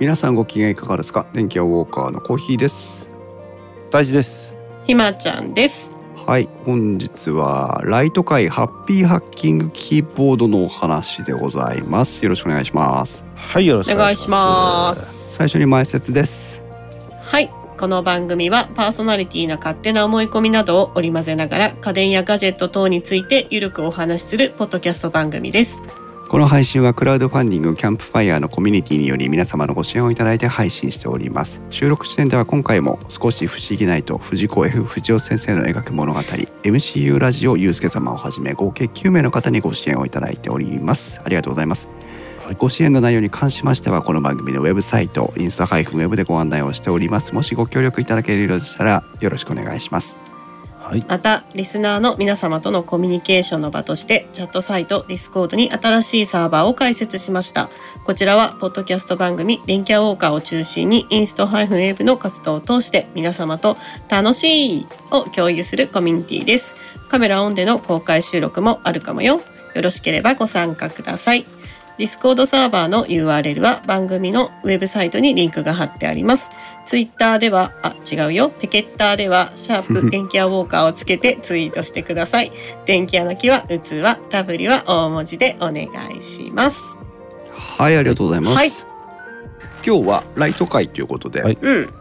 皆さんご機嫌いかがですか？電気屋ウォーカーのコーヒーです。 大事です。 ひまちゃんです。 はい、本日はライト界ハッピーハッキングキーボードのお話でございます。よろしくお願いします。 はい、よろしくお願いします。 最初に前説です。 はい、この番組はパーソナリティの勝手な思い込みなどを織り交ぜながら家電やガジェット等についてゆるくお話しするポッドキャスト番組です。 この配信はクラウドファンディングキャンプファイヤーのコミュニティにより皆様のご支援をいただいて配信しております。収録時点では今回も少し不思議ないと藤子 F 不二雄先生の描く物語 MCU ラジオゆうすけ様をはじめ合計9名の方にご支援をいただいております。ありがとうございます。ご支援の内容に関しましてはこの番組のウェブサイトインスタ-webでご案内をしております。もしご協力いただけるようでしたらよろしくお願いします。 はい、 またリスナーの皆様とのコミュニケーションの場としてチャットサイトディスコードに新しいサーバーを開設しました。こちらはポッドキャスト番組電気屋ウォーカーを中心にインスト-webの活動を通して皆様と楽しいを共有するコミュニティです。カメラオンでの公開収録もあるかもよ。よろしければご参加ください。ディスコードサーバーの URL は番組のウェブサイトにリンクが貼ってあります。ツイッターでは違うよペケッターではシャープ電気屋ウォーカーをつけてツイートしてください。電気屋の木は器、W は大文字でお願いします。 はい、ありがとうございます。 はい、 今日はライト会ということで、 はい、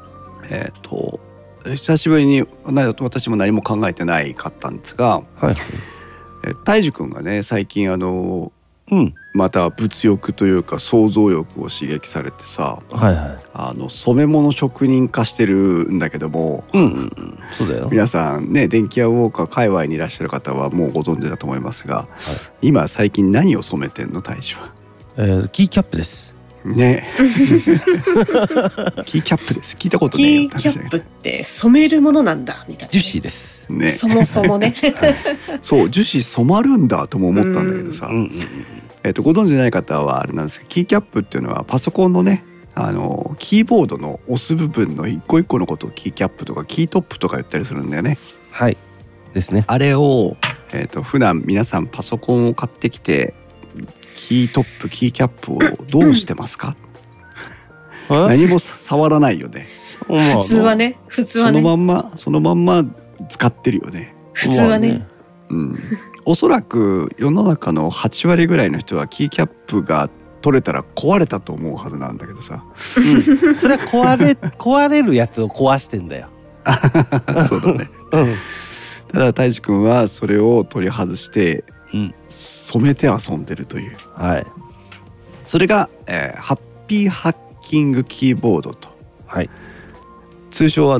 久しぶりに私も何も考えてないかったんですが、 はい、 大樹くんがね最近また物欲というか想像欲を刺激されてさ、 はいはい、 染め物職人化してるんだけども、 そうだよ。 皆さんね電気屋ウォーカー界隈にいらっしゃる方はもうご存知だと思いますが、今最近何を染めてんの大樹は？ キーキャップですねキーキャップです。聞いたことねえよ。 キーキャップって染めるものなんだみたいな。 樹脂ですね。 そもそもねそう樹脂染まるんだとも思ったんだけどさ、ご存知ない方はあれなんですけど、キーキャップっていうのはパソコンのねキーボードの押す部分の一個一個のことをキーキャップとかキートップとか言ったりするんだよね。 はいですね。 あれを、普段皆さんパソコンを買ってきてキートップキーキャップをどうしてますか？何も触らないよね。 普通はねそのまんま使ってるよね。 普通はね、 おそらく世の中の8割ぐらいの人はキーキャップが取れたら壊れたと思うはずなんだけどさ、 それは壊れるやつを壊してんだよそうだね、ただ大樹くんはそれを取り外して、染めて遊んでるという、それが、ハッピーハッキングキーボードと、通称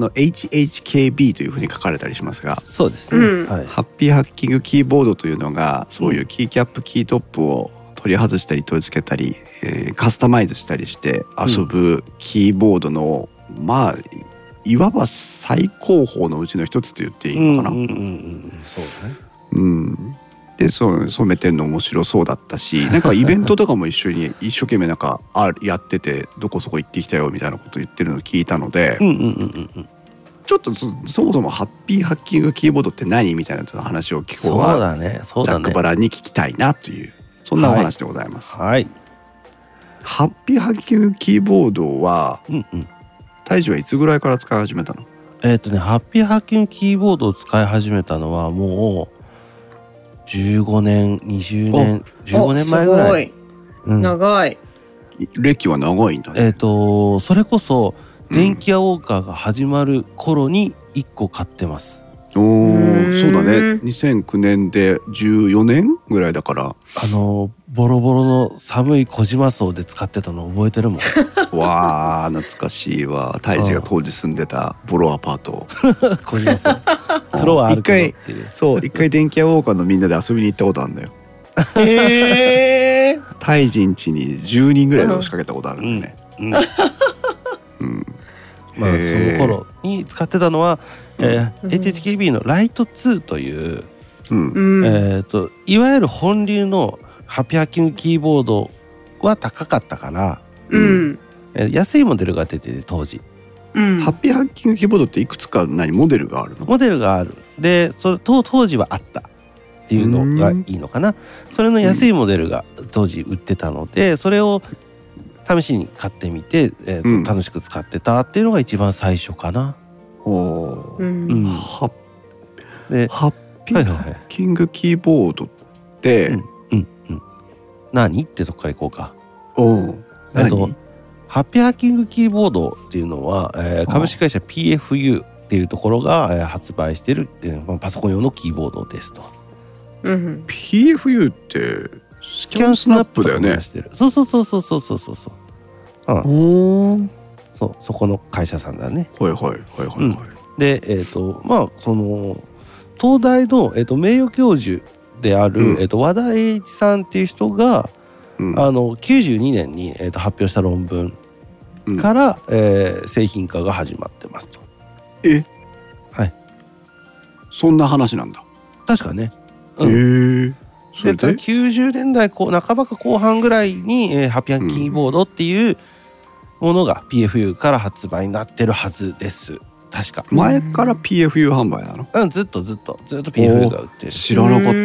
HHKB というふうに書かれたりしますが、 そうですね、 ハッピーハッキングキーボードというのがそういうキーキャップキートップを取り外したり取り付けたり、カスタマイズしたりして遊ぶキーボードの、まあいわば最高峰のうちの一つと言っていいのかな。 そうね。 で染めてんの面白そうだったし、なんかイベントとかも一生懸命なんかやっててどこそこ行ってきたよみたいなこと言ってるのを聞いたので、ちょっとそもそもハッピーハッキングキーボードって何みたいな話を今日はざっくばらんに聞きたいなというそんなお話でございます。ハッピーハッキングキーボードは大樹はいつぐらいから使い始めたの？ ハッピーハッキングキーボードを使い始めたのはもう15年20年15年前ぐらい。 長い。 歴は長いんだね。 それこそ電気屋ウォーカーが始まる頃に1個買ってます。 そうだね。2009年で14年ぐらいだから、 ボロボロの寒い小島荘で使ってたの覚えてるもん。 わあ懐かしいわ。大樹が当時住んでたボロアパート小島荘フロアあるけどっていう。 一回電気屋ウォーカーのみんなで遊びに行ったことあるんだよ。大樹ん家に10人ぐらいで押しかけたことあるんだよね。 その頃に使ってたのは、HHKB のライト2という、いわゆる本流のハッピーハッキングキーボードは高かったから、安いモデルが出てて当時、 ハッピーハッキングキーボードっていくつかモデルがあるの？ モデルがある。で当時はあったっていうのがいいのかな。それの安いモデルが当時売ってたので、それを試しに買ってみて、楽しく使ってたっていうのが一番最初かな。 おうん。 ハッピーハッキングキーボードって、 何ってとこからいこうか。ハッピーハッキングキーボードっていうのは、株式会社 PFU っていうところが、発売している、パソコン用のキーボードですと。 PFU ってスキャンスナップだよね。 そう。そうそこの会社さんだね。でその東大の、名誉教授である、和田栄一さんっていう人が、92年に、発表した論文から、製品化が始まってますと。はい。 そんな話なんだ。 確かね。 それで 90年代半ばか後半ぐらいに、ハッピーハッキーボードっていうものが PFU から発売になってるはずです。確か前から PFU 販売なの？ ずっと PFU が売ってる。 知らなかった。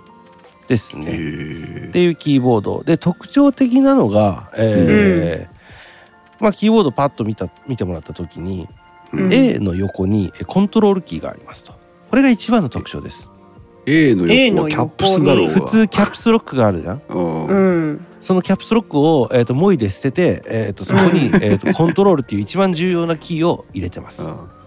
ですね。っていうキーボードで、特徴的なのが、キーボードパッと見てもらった時に、A の横にコントロールキーがありますと。これが一番の特徴です。 A の横はキャップスだろうが。 普通キャップスロックがあるじゃん。そのキャップスロックをモイで捨てて、そこにコントロールっていう一番重要なキーを入れてます。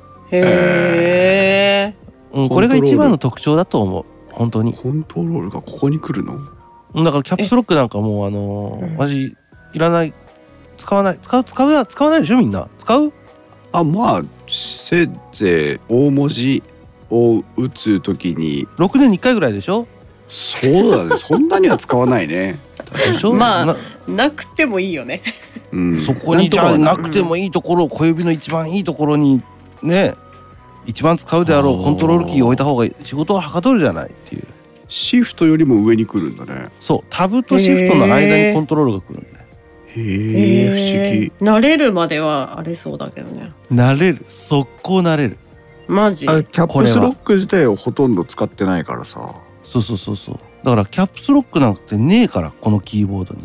へー。これが一番の特徴だと思う。本当に。 コントロールがここに来るの？ だからキャップスロックなんかもうマジいらない、使わないでしょみんな。使う？ まあせいぜい大文字を打つときに 6年に1回ぐらいでしょ。 そうだね。そんなには使わないね。 でしょ。 なくてもいいよね。 そこにじゃあなくてもいいところを小指の一番いいところにね、一番使うであろうコントロールキーを置いた方が仕事ははかどるじゃないっていう。 シフトよりも上に来るんだね。 そう、タブとシフトの間にコントロールが来るんだよ。 不思議。 慣れるまではあれそうだけどね。 慣れる、速攻慣れる。 マジ？ キャップスロック自体をほとんど使ってないからさ。 そう。だからキャップスロックなんてねえから、このキーボードに。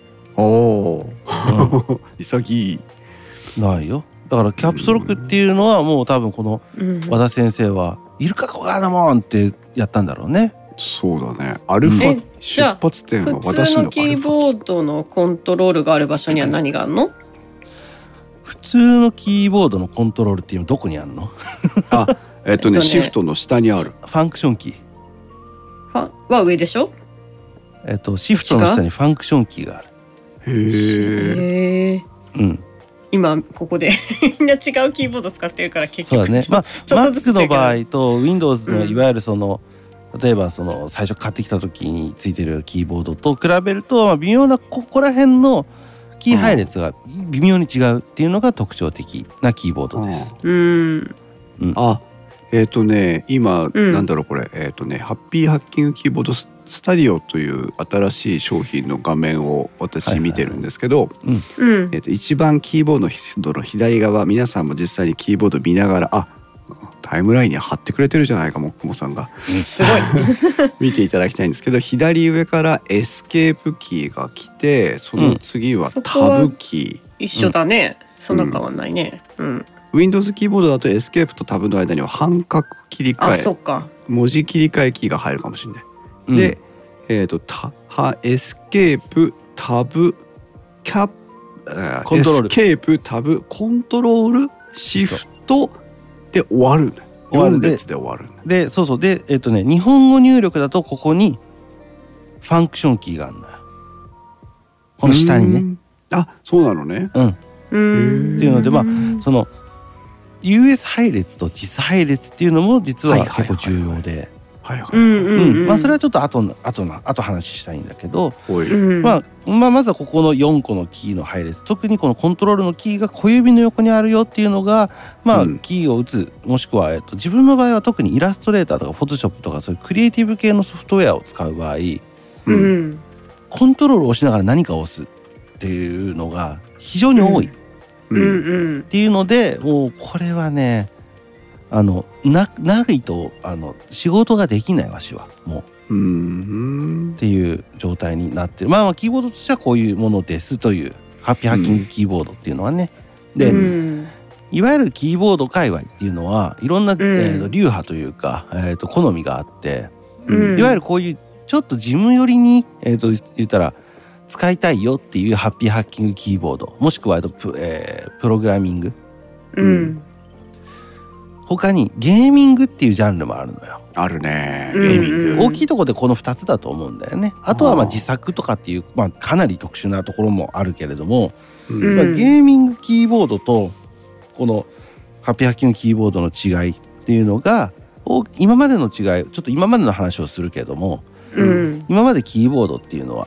潔い。 ないよ。だからキャップスロックっていうのはもう多分この和田先生はいるかこがなもんってやったんだろうね。 そうだね。アルファ出発点は私の普通のキーボードのコントロールがある場所には何があるの？ 普通のキーボードのコントロールっていうのどこにあるの？ シフトの下にある。 ファンクションキーは上でしょ？ シフトの下にファンクションキーがある。 へえ。今ここでみんな違うキーボード使ってるから結局そうだね。Mac の場合と Windows のいわゆる例えば最初買ってきた時についてるキーボードと比べると、微妙なここら辺のキー配列が微妙に違うっていうのが特徴的なキーボードです。 今、なんだろうこれハッピーハッキングキーボードスタディオという新しい商品の画面を私見てるんですけど、一番キーボードの左側、皆さんも実際にキーボード見ながらタイムラインに貼ってくれてるじゃないかもくもさんがすごい見ていただきたいんですけど、左上からエスケープキーが来て、その次はタブキー。 一緒だね。そんな変わんないね。 Windows キーボードだとエスケープとタブの間には半角切り替え、文字切り替えキーが入るかもしれない。で、エスケープタブエスケープタブコントロールシフトで終わる。4列で終わる。 で、そうで、日本語入力だとここにファンクションキーがあるのよ。この下にね。 そうなのね。 っていうので、US 配列とJIS配列っていうのも実は結構重要で、それはちょっと後話したいんだけど、まずはここの4個のキーの配列、特にこのコントロールのキーが小指の横にあるよっていうのが、キーを打つ、もしくは、自分の場合は特にイラストレーターとかフォトショップとかそういうクリエイティブ系のソフトウェアを使う場合、コントロールを押しながら何かを押すっていうのが非常に多いっていうので、もうこれはね、 ないと仕事ができないわしはもうっていう状態になってる。まあキーボードとしてはこういうものですというハッピーハッキングキーボードっていうのはね、で、いわゆるキーボード界隈っていうのはいろんな、流派というか、好みがあって、いわゆるこういうちょっと事務寄りに、言ったら使いたいよっていうハッピーハッキングキーボード、もしくは、プログラミング、他にゲーミングっていうジャンルもあるのよ。 あるね、ゲーミング。 大きいところでこの2つだと思うんだよね。あとはまあ自作とかっていう、まあ、かなり特殊なところもあるけれども、まあ、ゲーミングキーボードとこのハッピーハッキングキーボードの違いっていうのが、今までの違い、ちょっと今までの話をするけども、今までキーボードっていうのは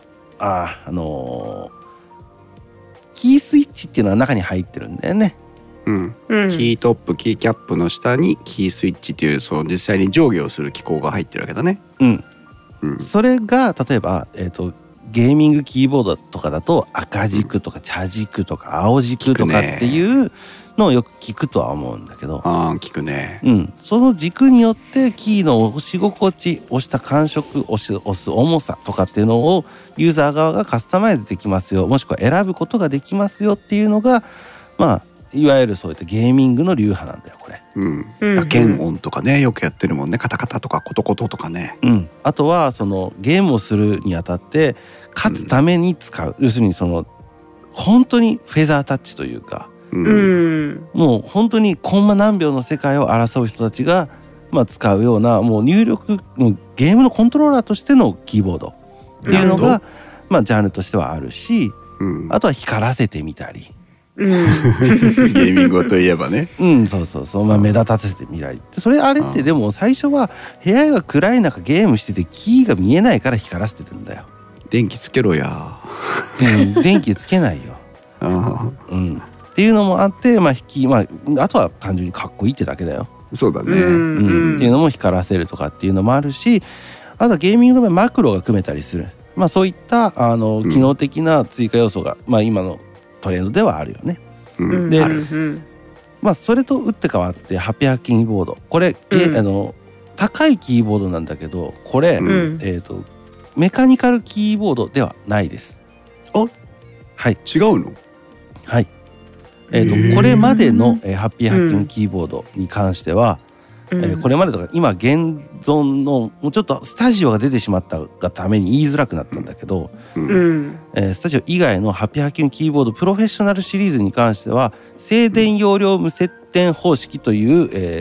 キースイッチっていうのは中に入ってるんだよね。 キートップ、キーキャップの下にキースイッチっていう、その実際に上下をする機構が入ってるわけだね。 それが例えば、ゲーミングキーボードとかだと赤軸とか茶軸とか青軸とかっていうのをよく聞くとは思うんだけど、 聞くね。 その軸によってキーの押し心地、押した感触、押す重さとかっていうのをユーザー側がカスタマイズできますよ、もしくは選ぶことができますよっていうのが、まあいわゆるそういったゲーミングの流派なんだよこれ。 打鍵音とかね、よくやってるもんね。カタカタとかコトコトとかね。 あとはそのゲームをするにあたって勝つために使う、要するにその本当にフェザータッチというか、もう本当にコンマ何秒の世界を争う人たちが、まあ、使うようなもう入力のゲームのコントローラーとしてのキーボードっていうのが、まあ、ジャンルとしてはあるし、あとは光らせてみたり。 ゲーミングといえばね。 そう、まあ、目立たせてみたり。それあれってでも最初は部屋が暗い中ゲームしててキーが見えないから光らせてるんだよ。 電気つけろや。 電気つけないよ。っていうのもあって、まあ、あとは単純にかっこいいってだけだよ。 そうだね。 っていうのも光らせるとかっていうのもあるし、あとはゲーミングの場合マクロが組めたりする、まあ、そういった機能的な追加要素が、まあ、今のトレンドではあるよね。で、まあ、それと打って変わってハッピーハッキングボード、これ、高いキーボードなんだけど、これ、メカニカルキーボードではないです。はい、 違うの？ はい。これまでの、ハッピーハッキングキーボードに関しては、これまでとか今現存のもうちょっとスタジオが出てしまったがために言いづらくなったんだけど、スタジオ以外のハッピーハッキングキーボードプロフェッショナルシリーズに関しては静電容量無接点方式という、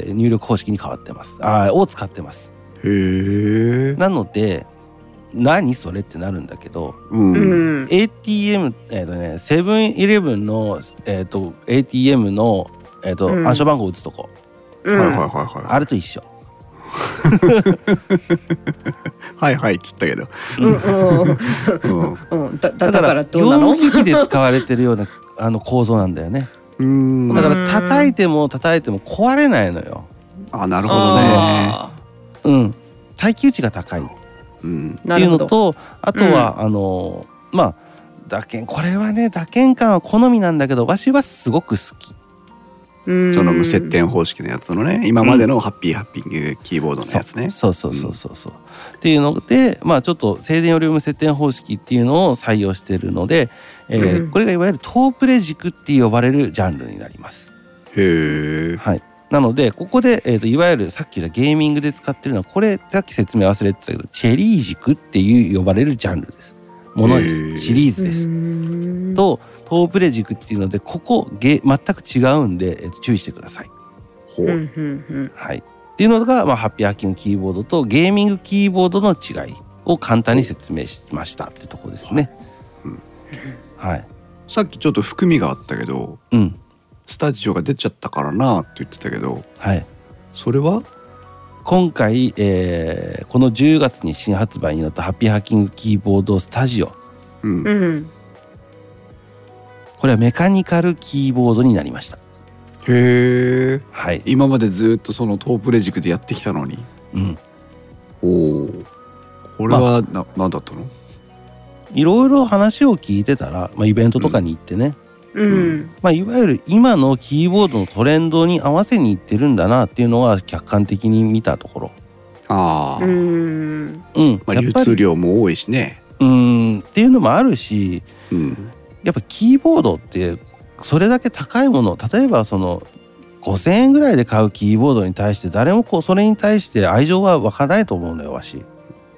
入力方式に変わってます。を使ってます。なので何それってなるんだけど、ATM、セブンイレブンの、ATM の、暗証番号を打つとこ、あれと一緒。 はいはいっつったけど、 だから業務機器で使われてるような構造なんだよね。だから叩いても壊れないのよ。 なるほどね。 耐久値が高いっていうのと、あとはまあ打鍵、これはね打鍵感は好みなんだけど、わしはすごく好き。 その無接点方式のやつのね、今までのハッピーキーボードのやつね。 そうっていうので、まあちょっと静電容量無接点方式っていうのを採用しているので、これがいわゆるトープレ軸って呼ばれるジャンルになります。はい。なのでここで、いわゆるさっき言ったゲーミングで使ってるのは、これさっき説明忘れてたけどチェリー軸っていう呼ばれるジャンルです。ものです。シリーズです。とトープレ軸っていうので、ここ全く違うんで、注意してください。はい。っていうのが、まあ、ハッピーハッキングキーボードとゲーミングキーボードの違いを簡単に説明しましたってとこですね。はい。 さっきちょっと含みがあったけど、スタジオが出ちゃったからなって言ってたけど、それは今回、この10月に新発売になったハッピーハッキングキーボードスタジオ、これはメカニカルキーボードになりました。 へえ。はい。今までずっとそのトープレ軸でやってきたのに。おお。これは何だったの？ いろいろ話を聞いてたら、イベントとかに行ってね、 まあ、いわゆる今のキーボードのトレンドに合わせにいってるんだなっていうのは客観的に見たところ。 ああ、まあ、流通量も多いしね。 っていうのもあるし、やっぱキーボードってそれだけ高いもの、例えばその5,000円ぐらいで買うキーボードに対して誰もこうそれに対して愛情は湧かないと思うんだよわし。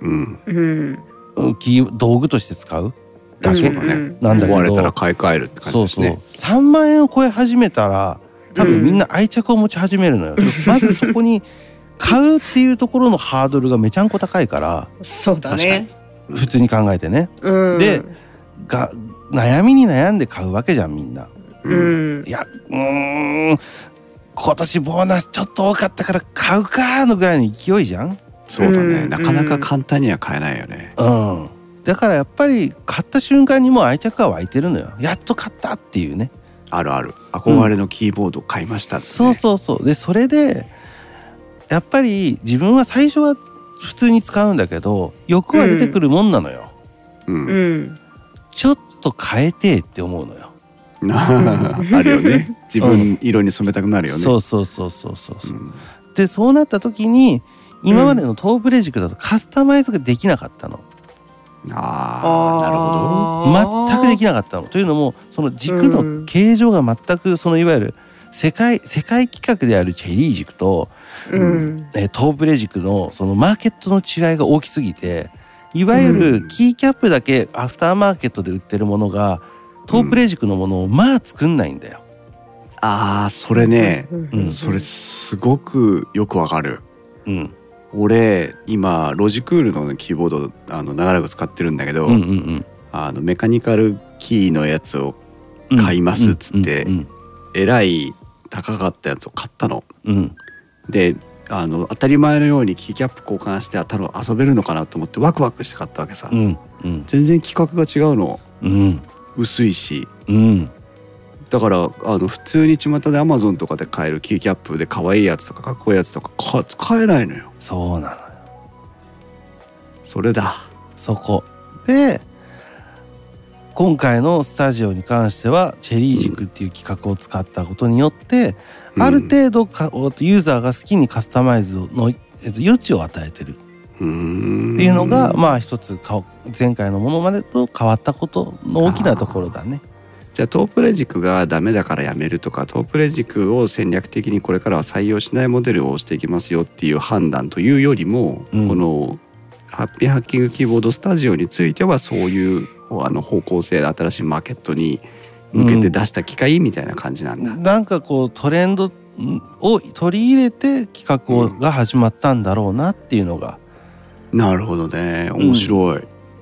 道具として使うだけなんだけど、 壊れたら買い替えるって感じですね。 そう3万円を超え始めたら多分みんな愛着を持ち始めるのよ。まずそこに買うっていうところのハードルがめちゃんこ高いから。 そうだね。 普通に考えてね。で悩みに悩んで買うわけじゃんみんな。いや今年ボーナスちょっと多かったから買うかのぐらいの勢いじゃん。 そうだね、なかなか簡単には買えないよね。 だからやっぱり買った瞬間にもう愛着が湧いてるのよ。やっと買ったっていうね。 あるある、憧れのキーボードを買いましたって、ね。 そうでそれでやっぱり自分は最初は普通に使うんだけど欲は出てくるもんなのよ。ちょっと変えてって思うのよ。 あるよね。自分色に染めたくなるよね。そう。 でそうなった時に今までのトープレ軸だとカスタマイズができなかったの。 なるほど。全くできなかったの。というのもその軸の形状が全くそのいわゆる世界規格であるチェリー軸と、トープレ軸のそのマーケットの違いが大きすぎて、いわゆるキーキャップだけアフターマーケットで売ってるものがトープレ軸のものをまあ作んないんだよ。 それね、それすごくよくわかる。俺今ロジクールのキーボード長らく使ってるんだけど、メカニカルキーのやつを買いますっつってえらい高かったやつを買ったの。で当たり前のようにキーキャップ交換して多分遊べるのかなと思ってワクワクして買ったわけさ。全然規格が違うの。薄いし。だから普通に巷で Amazon とかで買えるキーキャップで可愛いやつとかかっこいいやつとか使えないのよ。 そうなのよ。 それだ。 そこで今回のスタジオに関してはチェリー軸っていう規格を使ったことによって、ある程度ユーザーが好きにカスタマイズの余地を与えてるっていうのがまあ一つ前回のものまでと変わったことの大きなところだね。 じゃあトープレ軸がダメだからやめるとか、トープレ軸を戦略的にこれからは採用しないモデルを押していきますよっていう判断というよりも、このハッピーハッキングキーボードスタジオについてはそういう方向性で新しいマーケットに向けて出した機会みたいな感じなんだ。 なんかこうトレンドを取り入れて企画が始まったんだろうなっていうのが、 なるほどね、面白い。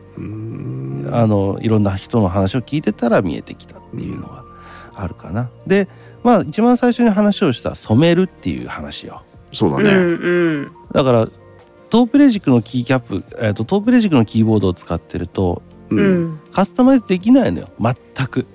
いろんな人の話を聞いてたら見えてきたっていうのがあるかな。でまあ一番最初に話をした染めるっていう話よ。 そうだね。 だからトープレ軸のキーキャップ、トープレ軸のキーボードを使ってると、カスタマイズできないのよ全く。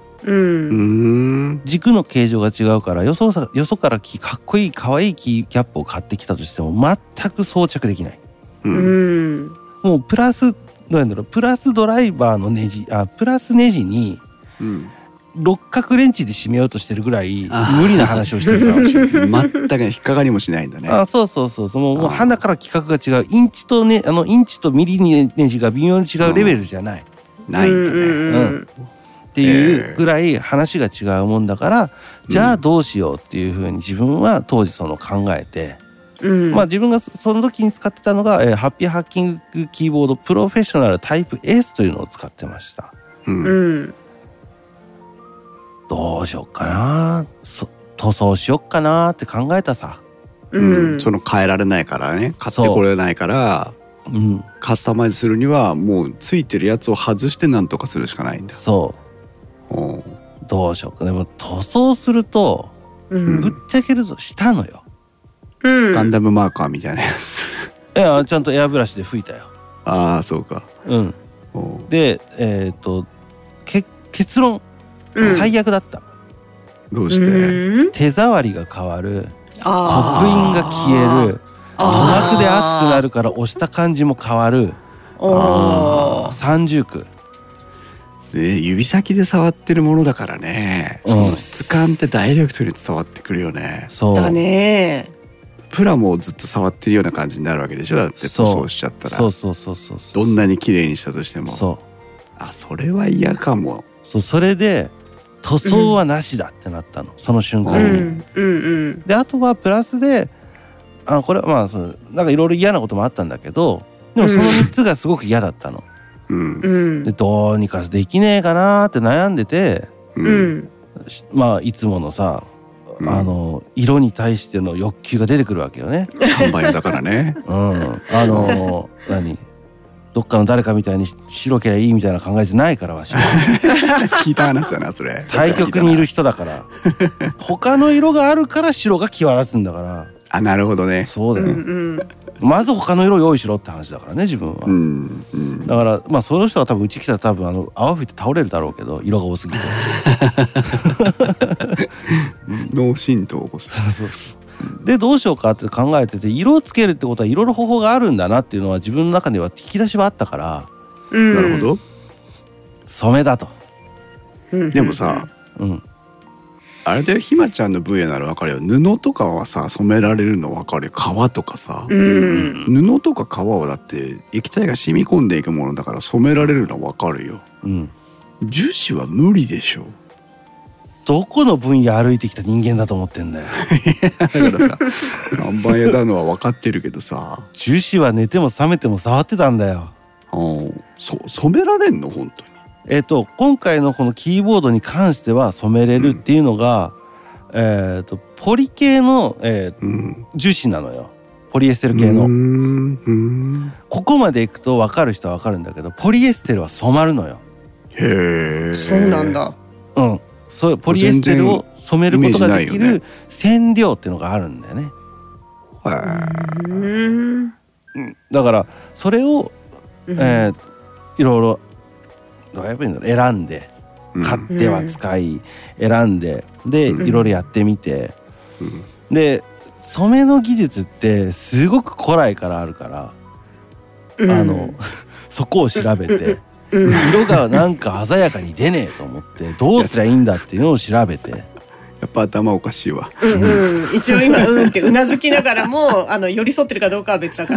軸の形状が違うからよそからかっこいいかわいいキーキャップを買ってきたとしても全く装着できない。もうプラスドライバーのネジプラスネジに六角レンチで締めようとしてるぐらい無理な話をしてるから全く引っかかりもしないんだね。 そうもう鼻から規格が違う。インチとミリネジが微妙に違うレベルじゃない。 ないんだね。 っていうぐらい話が違うもんだから、じゃあどうしようっていうふうに自分は当時考えて、まあ自分がその時に使ってたのが、ハッピーハッキングキーボードプロフェッショナルタイプ S というのを使ってました。どうしよっかな、塗装しよっかなって考えたさ。 その変えられないからね、買ってこれないから、カスタマイズするにはもうついてるやつを外してなんとかするしかないんだ。どうしようか。でも塗装すると、ぶっちゃけるとしたのよ。 ガンダムマーカーみたいなやつ。 いやちゃんとエアブラシで拭いたよ。 そうか。 で結論、最悪だった。 どうして？ 手触りが変わる、刻印が消える、塗膜で熱くなるから押した感じも変わる。三重苦。 指先で触ってるものだからね、質感ってダイレクトに伝わってくるよね。 そうだね。 プラモをずっと触ってるような感じになるわけでしょ。だって塗装しちゃったら。 そうどんなに綺麗にしたとしても。それは嫌かも。 それで塗装はなしだってなったの、その瞬間に。であとはプラスでこれはまあなんかいろいろ嫌なこともあったんだけど、でもその3つがすごく嫌だったの。でどうにかできねえかなって悩んでて、まあいつものさ色に対しての欲求が出てくるわけよね。 販売だからね。 どっかの誰かみたいに白けりゃいいみたいな考えじゃないからわしは。 聞いた話だなそれ。 対極にいる人だから。他の色があるから白が際立つんだから。 あ、なるほどね。 そうだよ。まず他の色を用意しろって話だからね自分は。だからまあその人が多分うち来たら多分泡吹いて倒れるだろうけど、色が多すぎて。 脳震盪を起こす。 でどうしようかって考えてて、色をつけるってことはいろいろ方法があるんだなっていうのは自分の中では引き出しはあったから、 なるほど。 染めだと。 でもさ、あれでひまちゃんの分野なら分かるよ。布とかはさ染められるの分かるよ。革とかさ、布とか革はだって液体が染み込んでいくものだから染められるの分かるよ。樹脂は無理でしょ。 どこの分野歩いてきた人間だと思ってんだよ。 だからさ、看板屋なのは分かってるけどさ、 樹脂は寝ても覚めても触ってたんだよ。 染められんの本当に。 今回のこのキーボードに関しては染めれるっていうのが、ポリ系の、樹脂なのよ。ポリエステル系の。ここまでいくと分かる人は分かるんだけど、ポリエステルは染まるのよ。 へえ。 そうなんだ。 そうポリエステルを染めることができる染料っていうのがあるんだよね。だからそれを、いろいろどうやればいいんだろう、選んで買っては使い、選んででいろいろやってみて、で染めの技術ってすごく古来からあるから、そこを調べて。色がなんか鮮やかに出ねえと思ってどうすりゃいいんだっていうのを調べて、やっぱ頭おかしいわ。 一応今ってうなずきながらも寄り添ってるかどうかは別だから。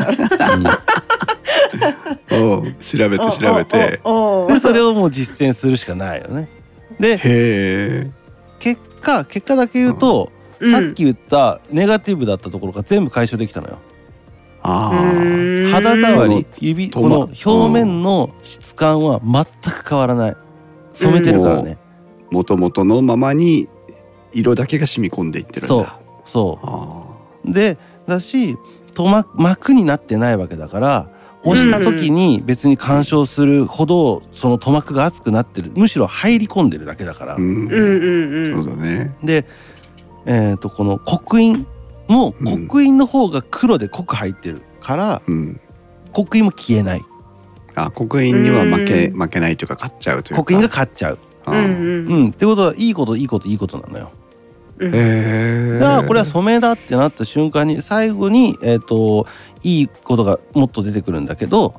調べてでそれをもう実践するしかないよね。で結果だけ言うと、さっき言ったネガティブだったところが全部解消できたのよ。肌触り、指この表面の質感は全く変わらない。染めてるからね。 元々のままに色だけが染み込んでいってるんだ。 そうでだし膜になってないわけだから、押した時に別に干渉するほどその塗膜が厚くなってる、むしろ入り込んでるだけだから。そうだね。 でこの刻印も刻印の方が黒で濃く入ってるから、刻印も消えない。 刻印には負けないというか勝っちゃうというか。 刻印が勝っちゃう。ってことはいいことなのよ。だからこれは染めだってなった瞬間に最後にいいことがもっと出てくるんだけど、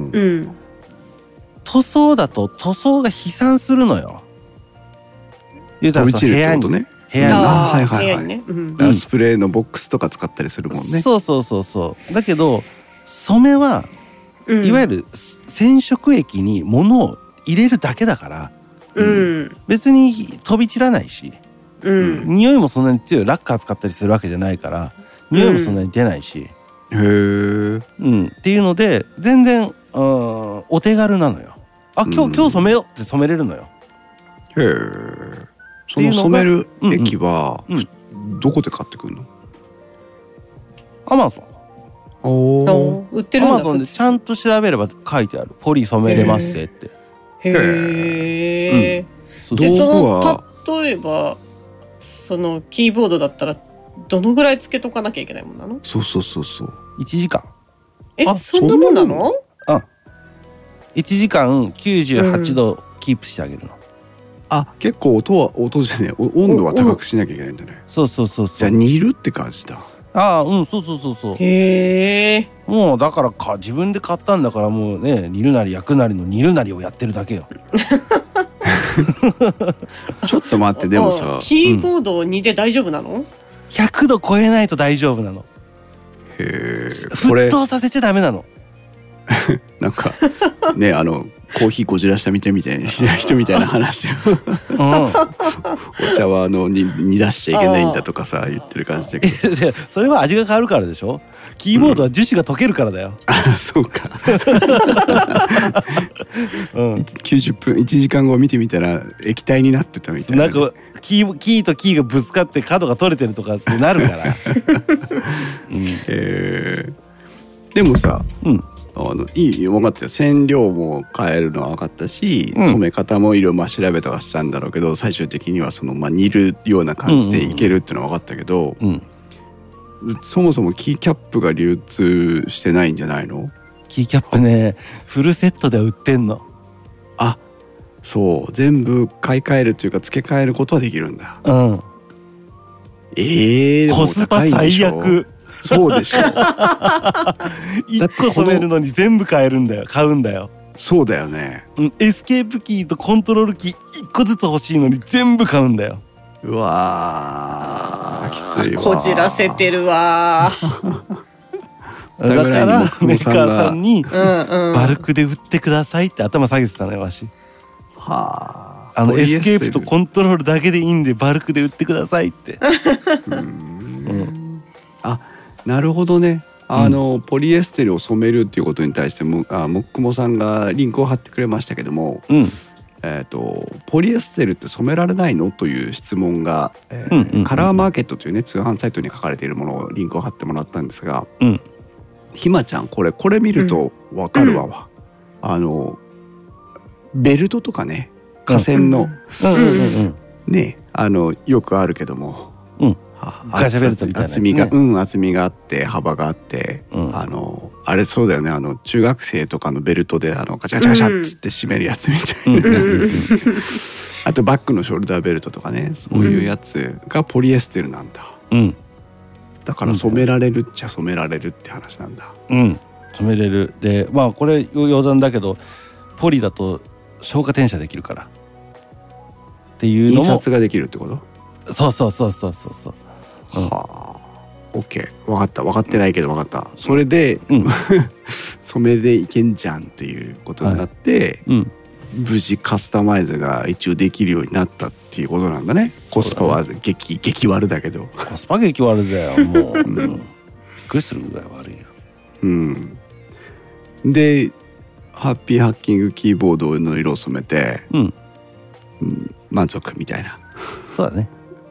塗装だと塗装が飛散するのよ。言うたらさ、部屋にね。部屋にスプレーのボックスとか使ったりするもんね。 そうだけど染めはいわゆる染色液に物を入れるだけだから、別に飛び散らないし、匂いもそんなに強いラッカー使ったりするわけじゃないから匂いもそんなに出ないし、っていうので全然お手軽なのよ。今日染めようって染めれるのよ。 その染める液はどこで買ってくるの？ アマゾン。 売ってるんだ。 アマゾンでちゃんと調べれば書いてある。ポリ染めれますって。 へえ。例えばそのキーボードだったらどのぐらいつけとかなきゃいけないもんなの？ そう。 1時間。 そんなもんなの ？1時間98度キープしてあげるの。 結構音じゃねえ、温度は高くしなきゃいけないんだね。 そう。じゃあ煮るって感じだ。 そう。 へえ。 もうだから自分で買ったんだからもうね、煮るなり焼くなりの煮るなりをやってるだけよ。 ちょっと待って、でもさ、 キーボード2で大丈夫なの ？100度超えないと大丈夫なの。 へえ。 沸騰させちゃダメなの。 なんかね、コーヒーこじらしたみたいな人みたいな話をお茶は煮出しちゃいけないんだとかさ言ってる感じだけどそれは味が変わるからでしょ。キーボードは樹脂が溶けるからだよ。 そうか。90分1時間後見てみたら液体になってたみたいな。 なんかキーとキーがぶつかって角が取れてるとかってなるから。 でもさ、いいよ、分かったよ。染料も変えるのは分かったし、染め方もいろいろ調べとかしたんだろうけど、最終的には煮るような感じでいけるっていうのは分かったけど、そもそもキーキャップが流通してないんじゃないの？ キーキャップね、フルセットで売ってんの。 あ、そう、全部買い替えるというか付け替えることはできるんだ。でもコスパ最悪。 そうでしょ。 1個染めるのに全部買うんだよ。 そうだよね。 エスケープキーとコントロールキー1個ずつ欲しいのに全部買うんだよ。 うわー、きついわ。 こじらせてるわ。 だからメーカーさんにバルクで売ってくださいって頭下げてたのよ、わし。 はあ。エスケープとコントロールだけでいいんでバルクで売ってくださいって。 あ、なるほどね。ポリエステルを染めるっていうことに対してもっくもさんがリンクを貼ってくれましたけども、ポリエステルって染められないのという質問が、カラーマーケットというね通販サイトに書かれているものをリンクを貼ってもらったんですが、ひまちゃんこれ見ると分かるわ。ベルトとかね、架線のね、よくあるけども、 会社ベルトみたいなやつね、厚みがあって幅があって、あれそうだよね、中学生とかのベルトでガチャガチャガチャっつって締めるやつみたいな、あとバックのショルダーベルトとかね、そういうやつがポリエステルなんだ。だから染められるっちゃ染められるって話なんだ。 染めれる。でまあこれ余談だけど、ポリだと消火転写できるからっていうのも、 印刷ができるってこと？ そう。 はあ、OK、分かってないけど分かった。それで、染めでいけんじゃんっていうことになって、無事カスタマイズが一応できるようになったっていうことなんだね。コスパは激悪だけど。コスパ激悪だよもう。びっくりするぐらい悪いよ。 でハッピーハッキングキーボードの色を染めて、満足みたいな。 そうだね。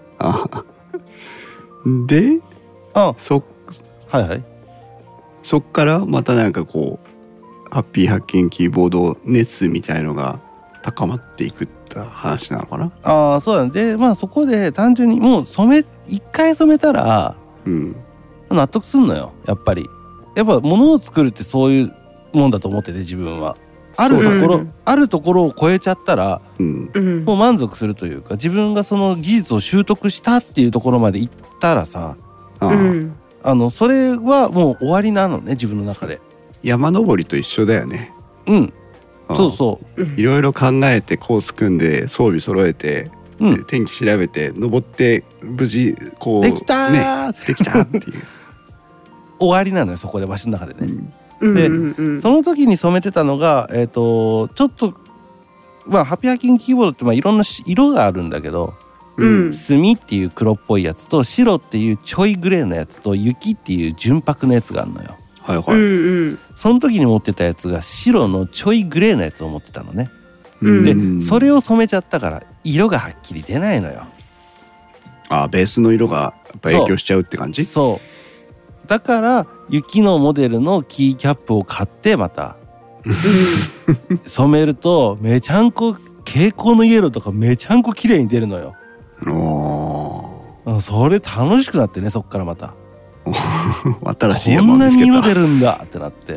で、 はいはい。 そっからまたなんかこうハッピーハッキングキーボード熱みたいのが高まっていくって話なのかな。 そうだね。でまあそこで単純にもう一回染めたら、納得すんのよ。やっぱ物を作るってそういうもんだと思ってて、自分はあるところを超えちゃったら、もう満足するというか、自分がその技術を習得したっていうところまで行ったらさ、それはもう終わりなのね、自分の中で。 山登りと一緒だよね。 そう。 いろいろ考えてコース組んで装備揃えて、天気調べて登って無事こうできたー、 できたっていう終わりなのよ、そこでわしの中でね。でその時に染めてたのがちょっとハッピーハッキングキーボードっていろんな色があるんだけど、墨っていう黒っぽいやつと白っていうちょいグレーのやつと雪っていう純白のやつがあるのよ。その時に持ってたやつが白のちょいグレーのやつを持ってたのね。でそれを染めちゃったから色がはっきり出ないのよ。 ベースの色がやっぱ影響しちゃうって感じ？ そうだから雪のモデルのキーキャップを買ってまた染めるとめちゃんこ蛍光のイエローとかめちゃんこ綺麗に出るのよ。それ楽しくなってね、そっからまた新しいこんなに色出るんだってなって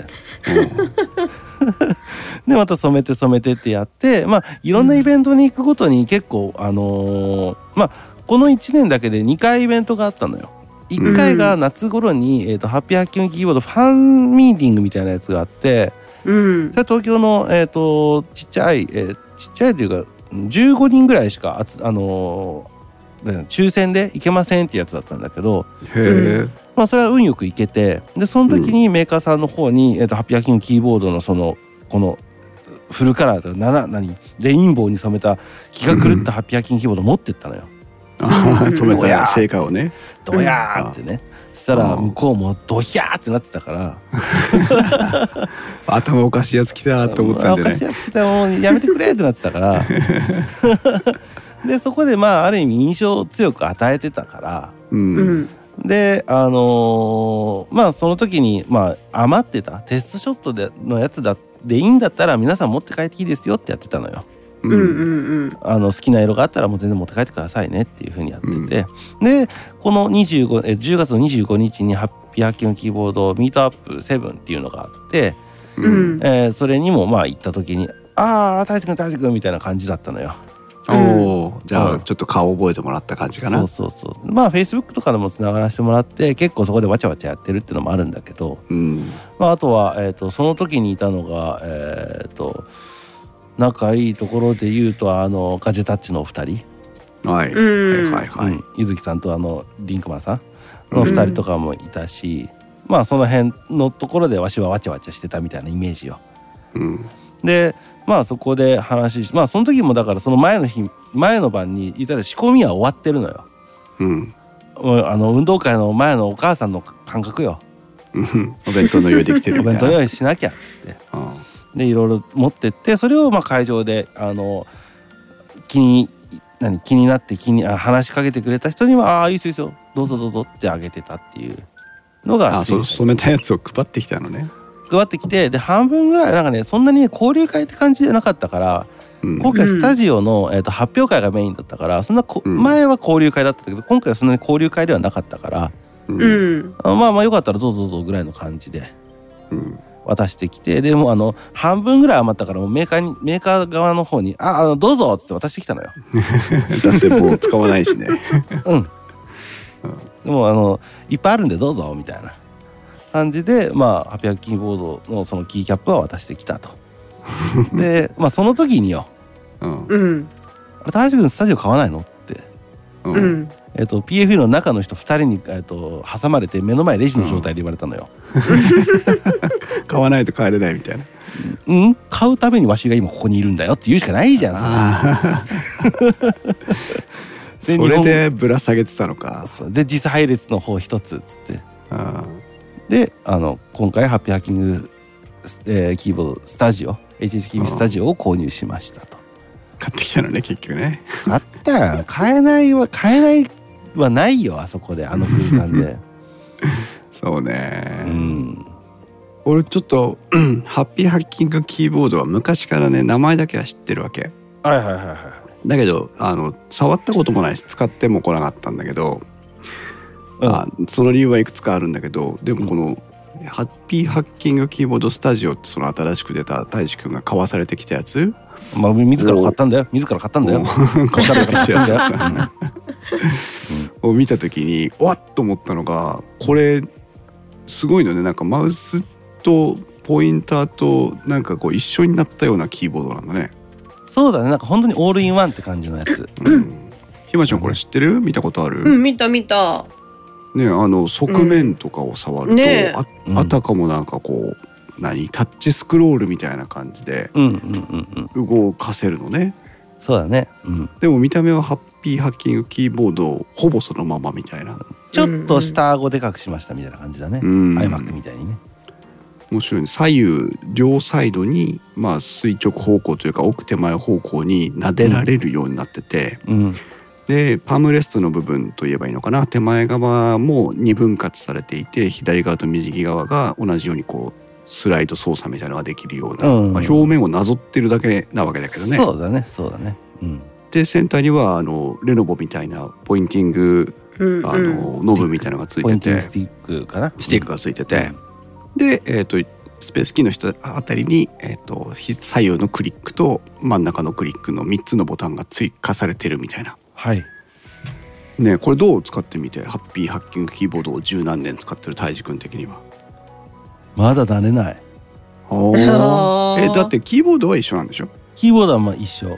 でまた染めてってやって、いろんなイベントに行くごとに結構この1年だけで2回イベントがあったのよ。1回が夏頃に、ハッピーハッキングキーボードファンミーティングみたいなやつがあって、東京の、ちっちゃいというか 15人ぐらいしか抽選で行けませんってやつだったんだけど、 へえ、 まあそれは運よく行けて、でその時にメーカーさんの方に、ハッピーハッキングキーボードのこのフルカラーでレインボーに染めた気が狂ったハッピーハッキングキーボード持ってったのよ。 染めた成果をね。 ドヤーってね。そしたら向こうもドヒャーってなってたから頭おかしいやつ来たと思ったんでね。 おかしいやつ来た、もうやめてくれってなってたからでそこでまあある意味印象を強く与えてたから、でまあその時に余ってたテストショットのやつでいいんだったら皆さん持って帰っていいですよってやってたのよ。好きな色があったらもう全然持って帰ってくださいねっていう風にやってて、でこの10月の25日にハッピーハッキングキーボードミートアップ7っていうのがあって、それにも行った時に大地君みたいな感じだったのよ。 じゃあちょっと顔覚えてもらった感じかな。 そうFacebook とかでもつながらせてもらって結構そこでわちゃわちゃやってるっていうのもあるんだけど、あとは、その時にいたのが仲いいところで言うとガジェタッチのお二人、ゆずきさんとリンクマンさんの二人とかもいたし、その辺のところでわしはわちゃわちゃしてたみたいなイメージよ。でそこで話し、その時もだからその前の晩に言ったら仕込みは終わってるのよ。運動会の前のお母さんの感覚よ。 お弁当の用意できてるみたいな。 お弁当の用意しなきゃっつって。でいろいろ持ってってそれを会場で気になって話しかけてくれた人には「いいですよどうぞどうぞ」ってあげてたっていうのが染めたやつを配ってきたのね。 配ってきて、で半分ぐらいそんなに交流会って感じじゃなかったから、今回スタジオの、発表会がメインだったからそんな前は交流会だったけど今回はそんなに交流会ではなかったから、よかったらどうぞどうぞぐらいの感じで。渡してきて、でも半分ぐらい余ったからもうメーカー側の方にどうぞっつって渡してきたのよ。 だってもう使わないしね。 でもいっぱいあるんでどうぞみたいな感じでハッピーハッキングボードのそのキーキャップは渡してきたと。でその時によ「大地君スタジオ買わないの?」って。PFE の中の人2人に挟まれて目の前レジの状態で言われたのよ。 買わないと帰れないみたいな。 買うためにわしが今ここにいるんだよって言うしかないじゃん。 それでぶら下げてたのか。 で実配列の方一つっつって。で今回ハッピーハッキング、キーボードスタジオ HSKB スタジオを購入しましたと。 買ってきたのね結局ね。 買ったよ。買えないはないよあそこで空間で。そうね。俺ちょっとハッピーハッキングキーボードは昔からね名前だけは知ってるわけ。だけど触ったこともないし使っても来なかったんだけど、その理由はいくつかあるんだけど、でもこのハッピーハッキングキーボードスタジオってその新しく出た大地君が買わされてきたやつ、 自ら買ったんだよ。 を見た時にわっと思ったのが、これすごいのね。マウスとポインターと一緒になったようなキーボードなんだね。 そうだね。本当にオールインワンって感じのやつ。 ひまちゃんこれ知ってる？見たことある？ 見た。 ね、側面とかを触ると、あたかもタッチスクロールみたいな感じで動かせるのね。 そうだね。 でも見た目はハッピーハッキングキーボードほぼそのままみたいな。 ちょっと下顎でかくしましたみたいな感じだね。iMac みたいにね。 面白いね。左右両サイドに垂直方向というか奥手前方向に撫でられるようになってて、でパームレストの部分といえばいいのかな、手前側も2分割されていて左側と右側が同じようにスライド操作みたいなのができるような、表面をなぞってるだけなわけだけどね。 そうだね。 でセンターにはレノボみたいなポインティングノブみたいなのがついてて、ポインティングスティックかな、スティックがついてて、でスペースキーの下あたりに左右のクリックと真ん中のクリックの3つのボタンが追加されてるみたいな。ね、これどう使ってみて？ハッピーハッキングキーボードを十何年使ってる泰治君的には。 まだ慣れない。 だってキーボードは一緒なんでしょ？ キーボードは一緒。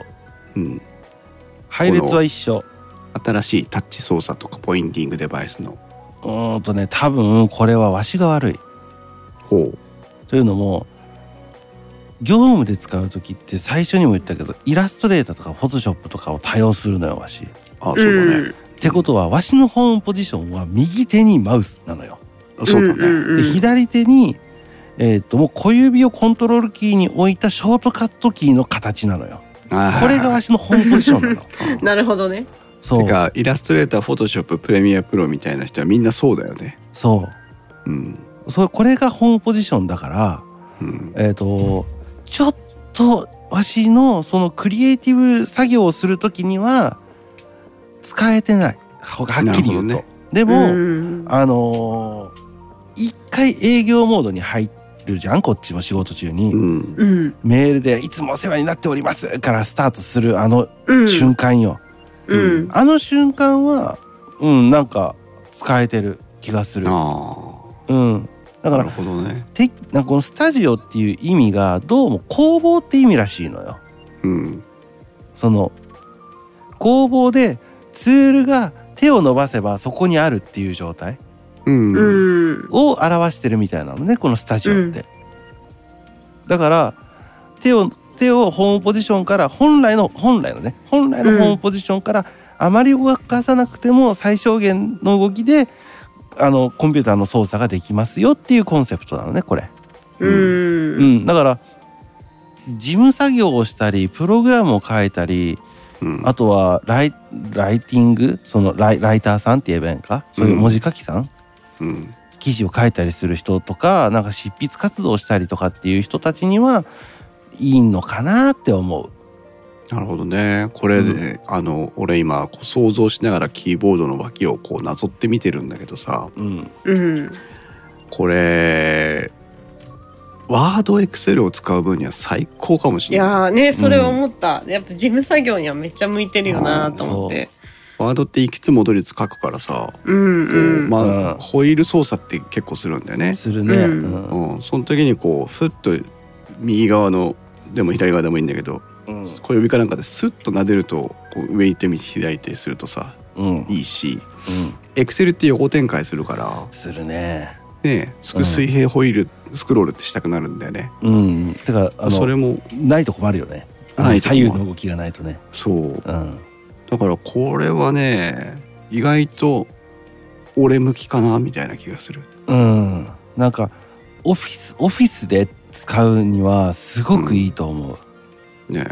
うん、 配列は一緒。 新しいタッチ操作とかポインティングデバイスの多分これはわしが悪い。 ほう。 というのも業務で使う時って最初にも言ったけどイラストレーターとかフォトショップとかを多用するのよわし。 あ、そうだね。 ってことはわしのホームポジションは右手にマウスなのよ。 そうだね。 で左手にもう小指をコントロールキーに置いたショートカットキーの形なのよ。これがわしのホームポジションなの。 なるほどね。 そう。 てかイラストレーター、フォトショップ、プレミアプロみたいな人はみんなそうだよね。 そう。うん。これがホームポジションだから、うん、ちょっとわしのそのクリエイティブ作業をするときには使えてない。はっきり言うと。ね、でも、一回営業モードに入るじゃん、こっちも仕事中に、メールでいつもお世話になっておりますからスタートする瞬間よ。あの瞬間は、なんか使えてる気がする。だから、なるほどね。なんかこのスタジオっていう意味がどうも工房って意味らしいのよ。その工房でツールが手を伸ばせばそこにあるっていう状態を表してるみたいなのね、このスタジオって。だから手をホームポジションから本来のホームポジションからあまり動かさなくても最小限の動きでコンピューターの操作ができますよっていうコンセプトなのね、これ。だから事務作業をしたりプログラムを書いたり、あとはライティング、そのライターさんって言えばいいんか、そういう文字書きさん、記事を書いたりする人とか、なんか執筆活動をしたりとかっていう人たちにはいいのかなって思う。 なるほどね。これで、俺今想像しながらキーボードの脇をこうなぞって見てるんだけどさ、これワードエクセルを使う分には最高かもしれない。いやね、それは思った、やっぱ事務作業にはめっちゃ向いてるよなと思って。 ワードっていくつも取り書くからさ、ホイール操作って結構するんだよね。 するね。 その時にこうふっと右側のでも左側でもいいんだけど、小指かなんかでスッと撫でるとこう上行ってみて左手するとさ、いいし、エクセルって横展開するからするね。 水平ホイールスクロールってしたくなるんだよね。 てかそれもないと困るよね。左右の動きがないとね。 そう。だからこれはね、意外と俺向きかなみたいな気がする。なんかオフィスで使うにはすごくいいと思う。ね。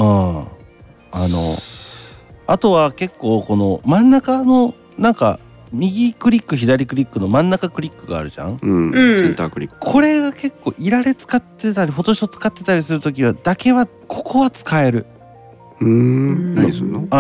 あとは結構この真ん中のなんか右クリック左クリックの真ん中クリックがあるじゃん。センタークリック。これが結構いられ使ってたりフォトショー使ってたりするときはだけはここは使える。何するの？